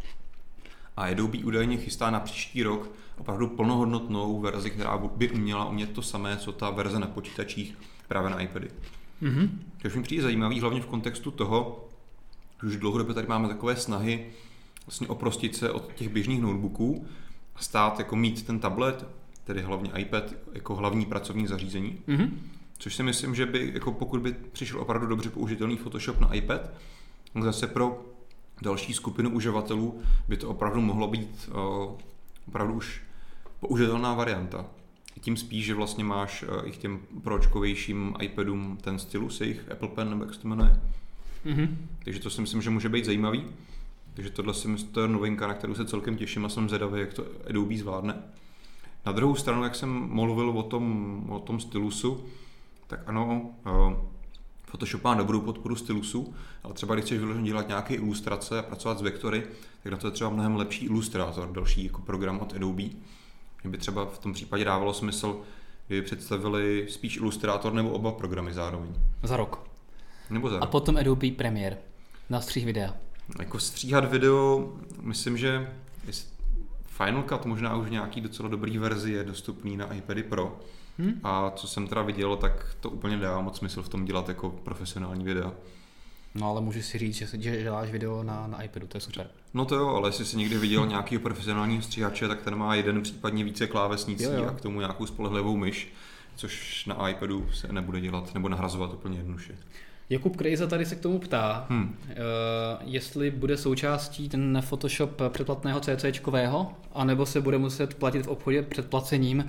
A Adobe údajně chystá na příští rok opravdu plnohodnotnou verzi, která by měla umět to samé, co ta verze na počítačích právě na iPady. Což mi přijde zajímavý, hlavně v kontextu toho, že už dlouhodobě tady máme takové snahy vlastně oprostit se od těch běžných notebooků a stát jako mít ten tablet, tedy hlavně iPad, jako hlavní pracovní zařízení. Což si myslím, že by, jako pokud by přišel opravdu dobře použitelný Photoshop na iPad, tak zase pro další skupinu uživatelů by to opravdu mohlo být opravdu už použitelná varianta. Tím spíš, že vlastně máš i k těm pročkovějším iPadům ten stylus, jejich Apple Pen, nebo jak se to jmenuje. Takže to si myslím, že může být zajímavý. Takže tohle si myslím, to je novinka, na kterou se celkem těším a jsem zvědavý, jak to Adobe zvládne. Na druhou stranu, jak jsem mluvil o tom stylusu, tak ano, Photoshop má dobrou podporu stylusu, ale třeba když chceš vyloženě dělat nějaké ilustrace a pracovat s vektory, tak na to je třeba mnohem lepší Illustrator, další jako program od Adobe. Mě by třeba v tom případě dávalo smysl, kdyby představili spíš Illustrator nebo oba programy zároveň. Za rok. Nebo za rok. A potom Adobe Premiere na střih videa. Jako stříhat video, myslím, že Final Cut možná už v nějaký docela dobrý verzi je dostupný na iPady Pro. A co jsem teda viděl, tak to úplně dává moc smysl v tom dělat jako profesionální videa. No ale můžu si říct, že děláš video na iPadu, to je super. No to jo, ale jestli jsi někdy viděl nějaký profesionální stříhače, tak ten má jeden, případně více klávesnicí a k tomu nějakou spolehlivou myš, což na iPadu se nebude dělat nebo nahrazovat úplně jednoduše. Jakub Krejza tady se k tomu ptá, jestli bude součástí ten Photoshop předplatného CCčkového, anebo se bude muset platit v obchodě před placením.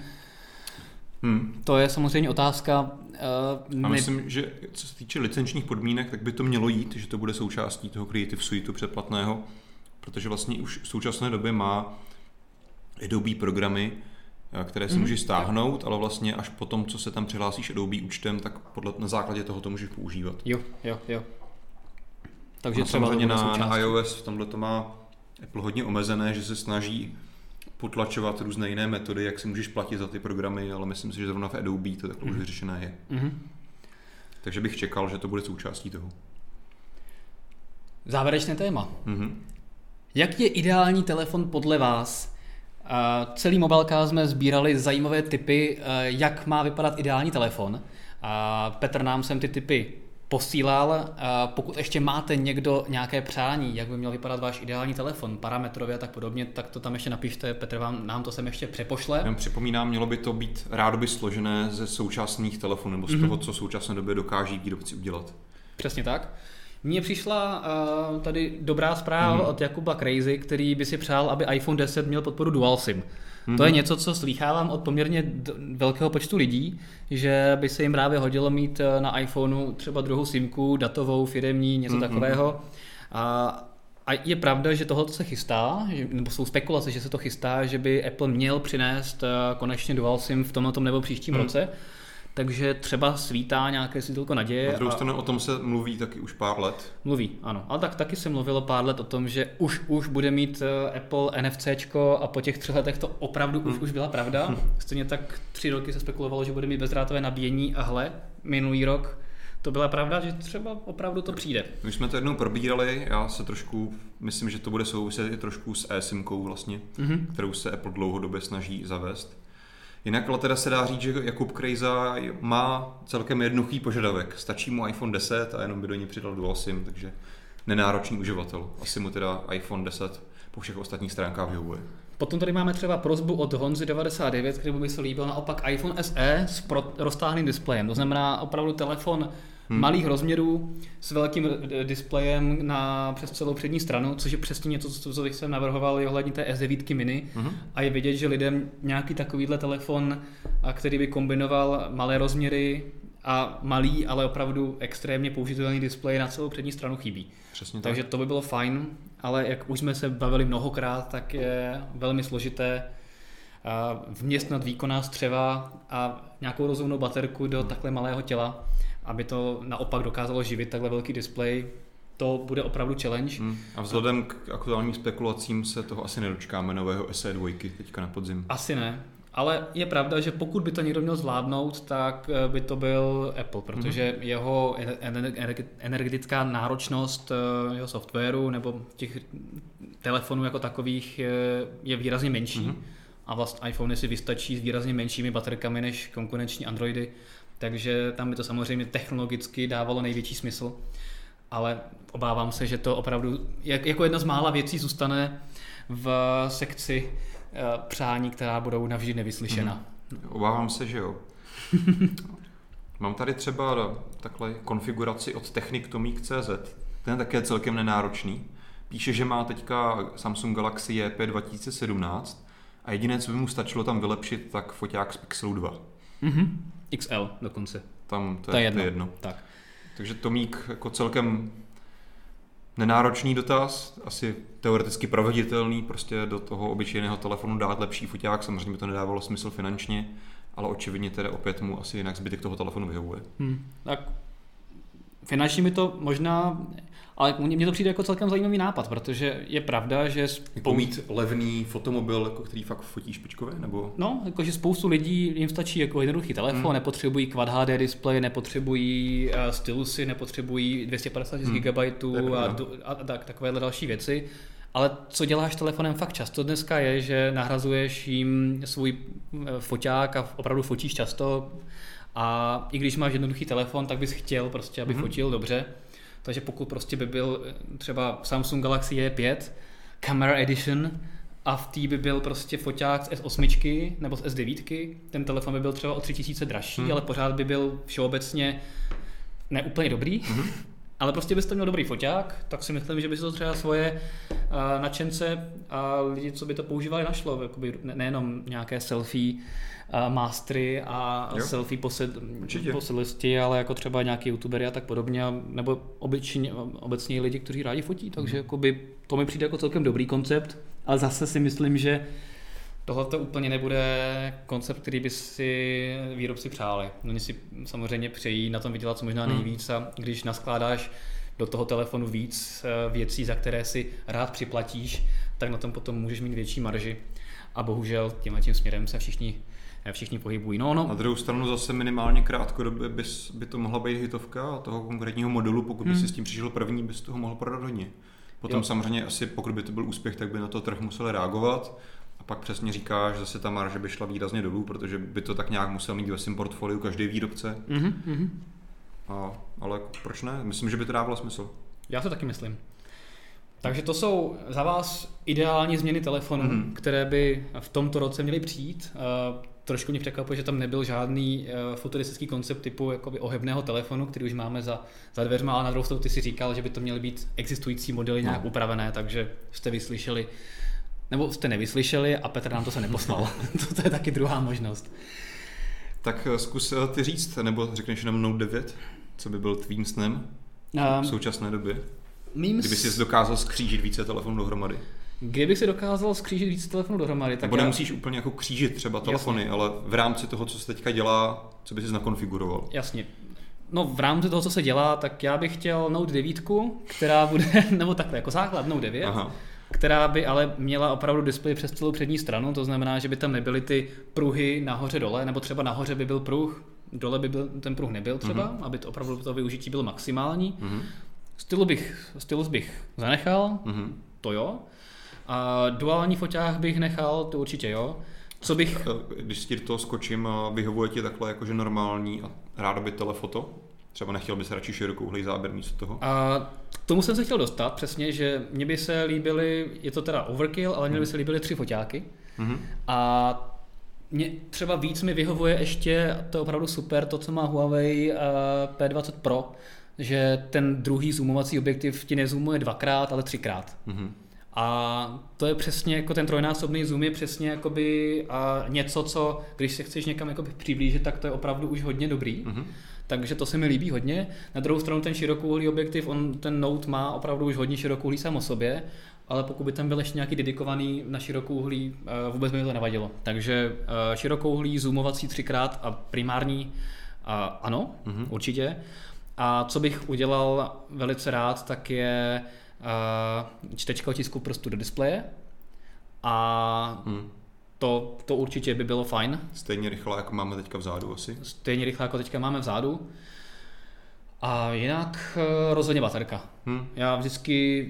To je samozřejmě otázka. A myslím, že co se týče licenčních podmínek, tak by to mělo jít, že to bude součástí toho Creative Suiteu předplatného, protože vlastně už v současné době má Adobe programy, které si můžeš stáhnout, ale vlastně až po tom, co se tam přihlásíš Adobe účtem, tak na základě toho to můžeš používat. Jo. Takže no, třeba samozřejmě na iOS v tomhle to má Apple hodně omezené, že se snaží potlačovat různé jiné metody, jak si můžeš platit za ty programy, ale myslím si, že zrovna v Adobe to takhle už vyřešené je. Takže bych čekal, že to bude součástí toho. Závěrečné téma. Jak je ideální telefon podle vás? Celý Mobilecast jsme sbírali zajímavé tipy, jak má vypadat ideální telefon. Petr nám sem ty tipy posílal. Pokud ještě máte někdo nějaké přání, jak by měl vypadat váš ideální telefon, parametrově a tak podobně, tak to tam ještě napište, Petr nám to sem ještě přepošle. Já připomínám, mělo by to být rádoby složené ze současných telefonů, nebo z toho, co v současné době dokáží výrobci udělat. Přesně tak. Mně přišla tady dobrá zpráva od Jakuba Crazy, který by si přál, aby iPhone 10 měl podporu Dual SIM. To je něco, co slýchávám od poměrně velkého počtu lidí, že by se jim právě hodilo mít na iPhoneu třeba druhou simku, datovou, firemní, něco takového. A je pravda, že tohle se chystá, nebo jsou spekulace, že se to chystá, že by Apple měl přinést konečně Dual SIM v tomto nebo příštím roce. Takže třeba svítá nějaké světýlko naděje. Na druhou stranu o tom se mluví taky už pár let. Mluví, ano. Ale taky se mluvilo pár let o tom, že už bude mít Apple NFCčko a po těch 3 letech to opravdu už byla pravda. Stejně tak 3 roky se spekulovalo, že bude mít bezdrátové nabíjení a hle, minulý rok to byla pravda, že třeba opravdu to přijde. My jsme to jednou probírali, já se trošku, myslím, že to bude souviset i trošku s eSIMkou vlastně, kterou se Apple dlouhodobě snaží zavést. Jinak ale teda se dá říct, že Jakub Krejza má celkem jednoduchý požadavek. Stačí mu iPhone 10 a jenom by do ní přidal Dual SIM, takže nenáročný uživatel. Asi mu teda iPhone 10 po všech ostatních stránkách vyhovuje. Potom tady máme třeba prosbu od Honzy99, který by se líbil naopak iPhone SE s roztáhlým displejem. To znamená opravdu telefon malých rozměrů s velkým displejem přes celou přední stranu, což je přesně něco, co jsem navrhoval ohledně té S9 mini. A je vidět, že lidem nějaký takovýhle telefon, který by kombinoval malé rozměry a malý, ale opravdu extrémně použitelný displej na celou přední stranu chybí. Přesně tak. Takže to by bylo fajn, ale jak už jsme se bavili mnohokrát, tak je velmi složité vměstnat výkonná střeva a nějakou rozumnou baterku do takhle malého těla, aby to naopak dokázalo živit takhle velký displej. to bude opravdu challenge. A vzhledem k aktuálním spekulacím se toho asi nedočkáme nového SE2 teďka na podzim. Asi ne. Ale je pravda, že pokud by to někdo měl zvládnout, tak by to byl Apple, protože jeho energetická náročnost jeho softwaru nebo těch telefonů jako takových je výrazně menší. A vlastně iPhony si vystačí s výrazně menšími baterkami než konkurenční Androidy, takže tam by to samozřejmě technologicky dávalo největší smysl. Ale obávám se, že to opravdu jako jedna z mála věcí zůstane v sekci přání, která budou navždy nevyslyšena. Obávám se, že jo. Mám tady třeba takhle konfiguraci od Technik.Tomík.cz. Ten je také celkem nenáročný. Píše, že má teďka Samsung Galaxy J5 2017 a jediné, co by mu stačilo tam vylepšit, tak foťák z Pixelu 2. XL dokonce. Tam to je jedno. Tak. Takže Tomík jako celkem nenáročný dotaz, asi teoreticky proveditelný, prostě do toho obyčejného telefonu dát lepší foťák, samozřejmě by to nedávalo smysl finančně, ale očividně teda opět mu asi jinak zbytek toho telefonu vyhovuje. Tak finančně mi to možná, ale mně to přijde jako celkem zajímavý nápad, protože je pravda, že jako mít levný fotomobil, jako který fakt fotí špičkově, nebo? No, jakože spoustu lidí jim stačí jako jednoduchý telefon, nepotřebují Quad HD display, nepotřebují stylusy, nepotřebují 250 GB a takovéhle další věci. Ale co děláš telefonem fakt často dneska je, že nahrazuješ jim svůj foťák a opravdu fotíš často a i když máš jednoduchý telefon, tak bys chtěl prostě, aby fotil dobře. Takže pokud prostě by byl třeba Samsung Galaxy J5 Camera Edition a v té by byl prostě foťák z S8 nebo z S9, ten telefon by byl třeba o 3000 dražší, ale pořád by byl všeobecně neúplně dobrý, ale prostě byste měl dobrý foťák, tak si myslím, že by se to třeba svoje nadšence a lidi, co by to používali, našlo. Jakoby nejenom nějaké selfie mastery a selfie posedlisti, ale jako třeba nějaký youtubery a tak podobně, nebo obecně lidi, kteří rádi fotí, takže jakoby, to mi přijde jako celkem dobrý koncept, ale zase si myslím, že tohle to úplně nebude koncept, který by si výrobci přáli. Oni si samozřejmě přejí na tom vydělat co možná nejvíc a když naskládáš do toho telefonu víc věcí, za které si rád připlatíš, tak na tom potom můžeš mít větší marži. A bohužel tím směrem se všichni pohybují. Na druhou stranu zase minimálně krátkodobě by to mohla být hitovka a toho konkrétního modelu, pokud by si s tím přišel první, bys toho mohl prodat hodně. Potom samozřejmě asi pokud by to byl úspěch, tak by na to trh musel reagovat. A pak přesně říkáš, že zase ta marže by šla výrazně dolů, protože by to tak nějak musel mít ve svém portfoliu každý výrobce. Ale proč ne? Myslím, že by to dávalo smysl. Já to taky myslím. Takže to jsou za vás ideální změny telefonů, které by v tomto roce měly přijít. Trošku mě překvapuje, že tam nebyl žádný futuristický koncept typu jakoby ohebného telefonu, který už máme za dveřma, ale na druhou stranu ty si říkal, že by to měly být existující modely nějak upravené, takže jste vyslyšeli, nebo jste nevyslyšeli a Petr nám to se neposlal. To je taky druhá možnost. Tak zkus ty říct, nebo řekneš jenom Note 9, co by byl tvým snem v současné době? Kdyby jsi dokázal skřížit více telefonů dohromady. Kdybych si dokázal skřížit více telefonů dohromady, tak nebo nemusíš úplně jako křížit třeba telefony, jasně, ale v rámci toho, co se teďka dělá, co by jsi nakonfiguroval? Jasně. No v rámci toho, co se dělá, tak já bych chtěl Note 9, která bude, nebo takhle, jako základ Note 9, která by ale měla opravdu displej přes celou přední stranu, to znamená, že by tam nebyly ty pruhy nahoře dole, nebo třeba nahoře by byl pruh, dole by ten pruh nebyl třeba, aby to opravdu to využití bylo maximální. Stylus bych zanechal, to jo. A duální foťák bych nechal, to určitě jo. Co bych... Když si do toho skočím a vyhovuje ti takhle jakože normální a ráda by telefoto? Třeba nechtěl bys radši širokouhlý záběr místo toho? A k tomu jsem se chtěl dostat přesně, že mně by se líbily, je to teda overkill, ale mně by se líbily 3 foťáky. A mě třeba víc mi vyhovuje ještě, to je opravdu super, to, co má Huawei P20 Pro, že ten druhý zoomovací objektiv ti nezoomuje 2x, ale 3x. A to je přesně jako ten trojnásobný zoom je přesně jakoby něco, co když se chceš někam jakoby přiblížit, tak to je opravdu už hodně dobrý. Takže to se mi líbí hodně. Na druhou stranu ten širokouhlý objektiv, ten Note má opravdu už hodně širokouhlý sám o sobě, ale pokud by tam byl ještě nějaký dedikovaný na širokouhlý, vůbec by mi to nevadilo. Takže širokouhlý, zoomovací 3x a primární, ano, určitě. A co bych udělal velice rád, tak je čtečka otisku prstu do displeje a to určitě by bylo fajn. Stejně rychle, jako máme teďka vzadu asi. Stejně rychle, jako teďka máme vzadu. A jinak rozhodně baterka. Já vždycky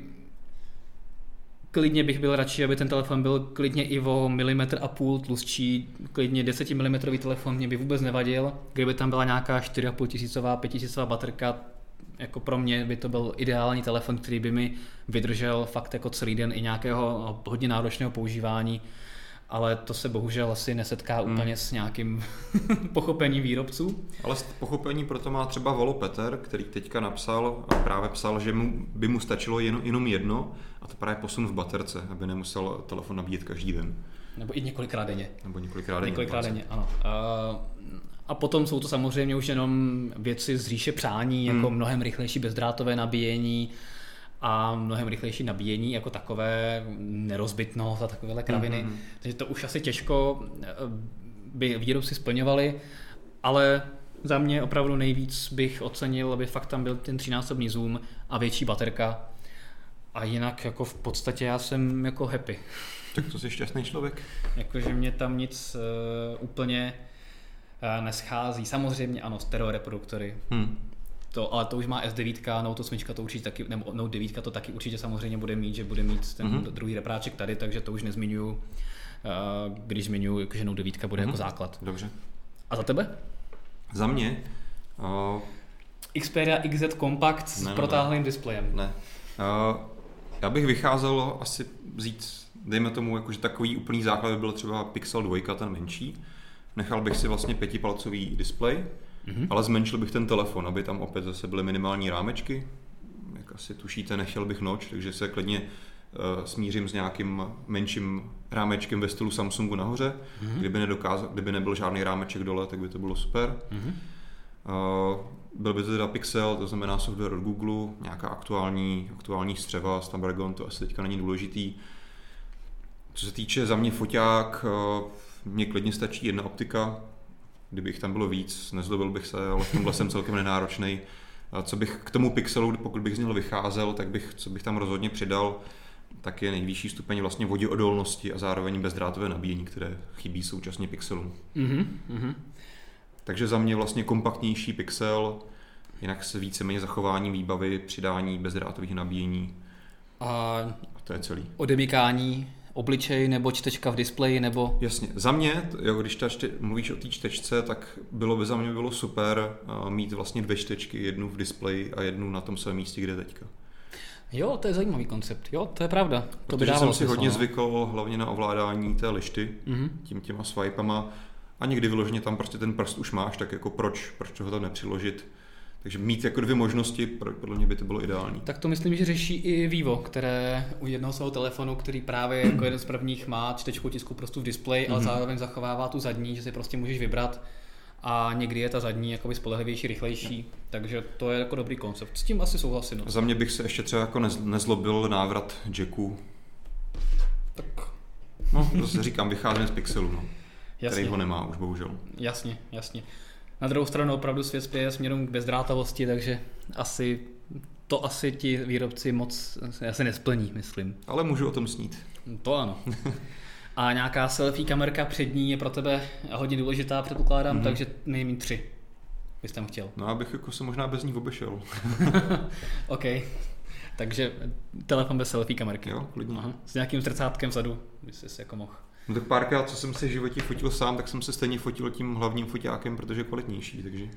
klidně bych byl radši, aby ten telefon byl klidně i o 1,5 mm tlustší, klidně 10 mm telefon mě by vůbec nevadil. Kdyby tam byla nějaká 4,5 tisícová, 5 tisícová baterka, jako pro mě by to byl ideální telefon, který by mi vydržel fakt jako celý den i nějakého hodně náročného používání. Ale to se bohužel asi nesetká úplně s nějakým pochopením výrobců. Ale pochopení proto má třeba Volo Peter, který teďka napsal a právě psal, že by mu stačilo jenom jedno a to právě posun v baterce, aby nemusel telefon nabíjet každý den. Nebo i několikrát denně. Několikrát denně, ano. A potom jsou to samozřejmě už jenom věci z říše přání, jako mnohem rychlejší bezdrátové nabíjení, a mnohem rychlejší nabíjení jako takové, nerozbitnost a takovéhle kraviny. Takže to už asi těžko by výrobci splňovali, ale za mě opravdu nejvíc bych ocenil, aby fakt tam byl ten 3násobný zoom a větší baterka. A jinak jako v podstatě já jsem jako happy. Tak to jsi šťastný člověk. Jakože mě tam nic úplně neschází. Samozřejmě ano, stereo reproduktory. Ale to už má S9, Note 8 to určitě taky, nebo Note 9 to taky určitě samozřejmě bude mít, že bude mít ten druhý repráček tady, takže to už nezmiňuju, když zmiňuju, že Note 9 bude jako základ. Dobře. A za tebe? Za mě? Xperia XZ Compact s protáhlým displejem. Ne. Já bych vycházel asi dejme tomu, jakože takový úplný základ by byl třeba Pixel 2, ten menší. Nechal bych si vlastně 5palcový displej, ale zmenšil bych ten telefon, aby tam opět zase byly minimální rámečky. Jak asi tušíte, nechtěl bych noč, takže se klidně smířím s nějakým menším rámečkem ve stylu Samsungu nahoře. Kdyby nebyl žádný rámeček dole, tak by to bylo super. Byl by to teda Pixel, to znamená software od Google, nějaká aktuální střeva, Snapdragon, to asi teďka není důležitý. Co se týče za mě foťák, mně klidně stačí jedna optika. Kdybych tam bylo víc, nezlobil bych se, ale v tomhle jsem celkem nenáročnej. Co bych k tomu Pixelu, pokud bych z něho vycházel, co bych tam rozhodně přidal, tak je nejvyšší stupeň vlastně voděodolnosti a zároveň bezdrátové nabíjení, které chybí současně Pixelům. Takže za mě vlastně kompaktnější Pixel, jinak se víceméně zachování výbavy, přidání bezdrátových nabíjení. A to je celý. Odemykání obličej nebo čtečka v displeji nebo... Jasně, za mě, když mluvíš o té čtečce, tak za mě bylo super mít vlastně 2 čtečky, jednu v displeji a jednu na tom svém místě, kde je teďka. Jo, to je zajímavý koncept, jo, to je pravda. To by Protože jsem si hodně zvykl hlavně na ovládání té lišty, těma swipama a někdy vyloženě tam prostě ten prst už máš, tak jako proč ho tam nepřiložit. Takže mít jako 2 možnosti, podle mě by to bylo ideální. Tak to myslím, že řeší i Vivo, které u jednoho svého telefonu, který právě jako jeden z prvních má čtečku otisku prstu v displeji, ale zároveň zachovává tu zadní, že si prostě můžeš vybrat a někdy je ta zadní jakoby spolehlivější, rychlejší, takže to je jako dobrý koncept. S tím asi souhlasím. Za mě bych se ještě třeba jako nezlobil návrat jacku. Tak. No, zase říkám, vycházím z Pixelu, no, který ho nemá už bohužel. Jasně. Na druhou stranu opravdu svět spěje směrem k bezdrátovosti, takže asi ti výrobci moc asi nesplní, myslím. Ale můžu o tom snít. To ano. A nějaká selfie kamerka přední je pro tebe hodně důležitá, předpokládám, takže nejméně 3 bys tam chtěl. No, abych jako se možná bez ní obešel. OK. Takže telefon bez selfie kamerky. Jo, klidně. Aha. S nějakým zrcátkem vzadu, bys si jako mohl. No tak párkrát, co jsem se v životě fotil sám, tak jsem se stejně fotil tím hlavním foťákem, protože je kvalitnější, takže...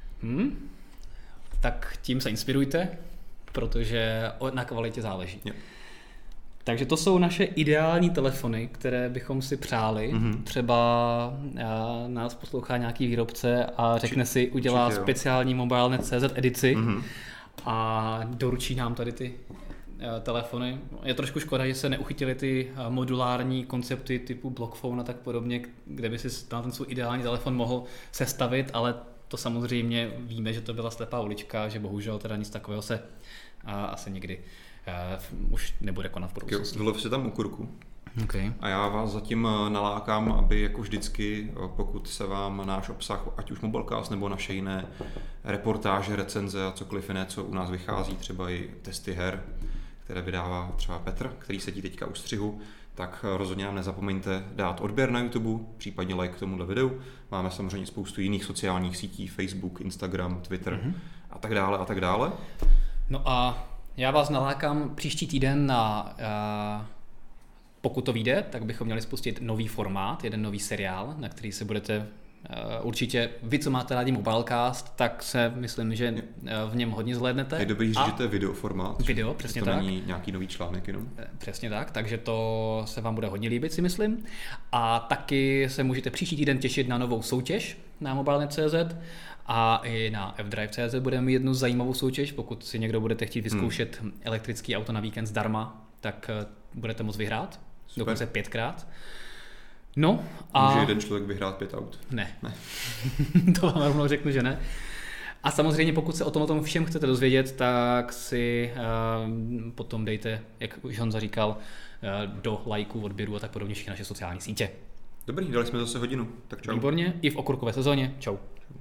Tak tím se inspirujte, protože na kvalitě záleží. Jo. Takže to jsou naše ideální telefony, které bychom si přáli. Třeba nás poslouchá nějaký výrobce a řekne si, udělá speciální MobileNet.cz edici a doručí nám tady ty telefony. Je trošku škoda, že se neuchytily ty modulární koncepty typu Blockphone a tak podobně, kde by si ten svůj ideální telefon mohl sestavit, ale to samozřejmě víme, že to byla slepá ulička, že bohužel teda nic takového se asi nikdy už nebude konat v budoucnosti. Vylev si tam okurku. Okay. A já vás zatím nalákám, aby jako vždycky, pokud se vám náš obsah, ať už Mobilecast nebo naše jiné reportáže, recenze a cokoliv jiné, co u nás vychází, třeba i testy her, které vydává třeba Petr, který sedí teďka u střihu, tak rozhodně nám nezapomeňte dát odběr na YouTube, případně like k tomuhle videu. Máme samozřejmě spoustu jiných sociálních sítí, Facebook, Instagram, Twitter a tak dále a tak dále. No a já vás nalákám příští týden na, pokud to vyjde, tak bychom měli spustit nový formát, jeden nový seriál, na který se budete určitě, vy, co máte rádi Mobilecast, tak se myslím, že v něm hodně zhlédnete. Je dobrý říct, že to je videoformát. Video, přesně to tak. není nějaký nový článek jenom. Přesně tak, takže to se vám bude hodně líbit, si myslím. A taky se můžete příští týden těšit na novou soutěž na mobilnet.cz a i na fdrive.cz budeme mít jednu zajímavou soutěž. Pokud si někdo budete chtít vyzkoušet elektrický auto na víkend zdarma, tak budete moct vyhrát. Super. Dokonce 5krát. No a... Může jeden člověk vyhrát 5 aut? Ne. To vám rovnou řeknu, že ne. A samozřejmě pokud se o tom všem chcete dozvědět, tak si potom dejte, jak už Honza říkal, do lajků, odběrů a tak podobně všechny naše sociální sítě. Dobrý, dali jsme zase hodinu, tak čau. Výborně, i v okurkové sezóně. Čau.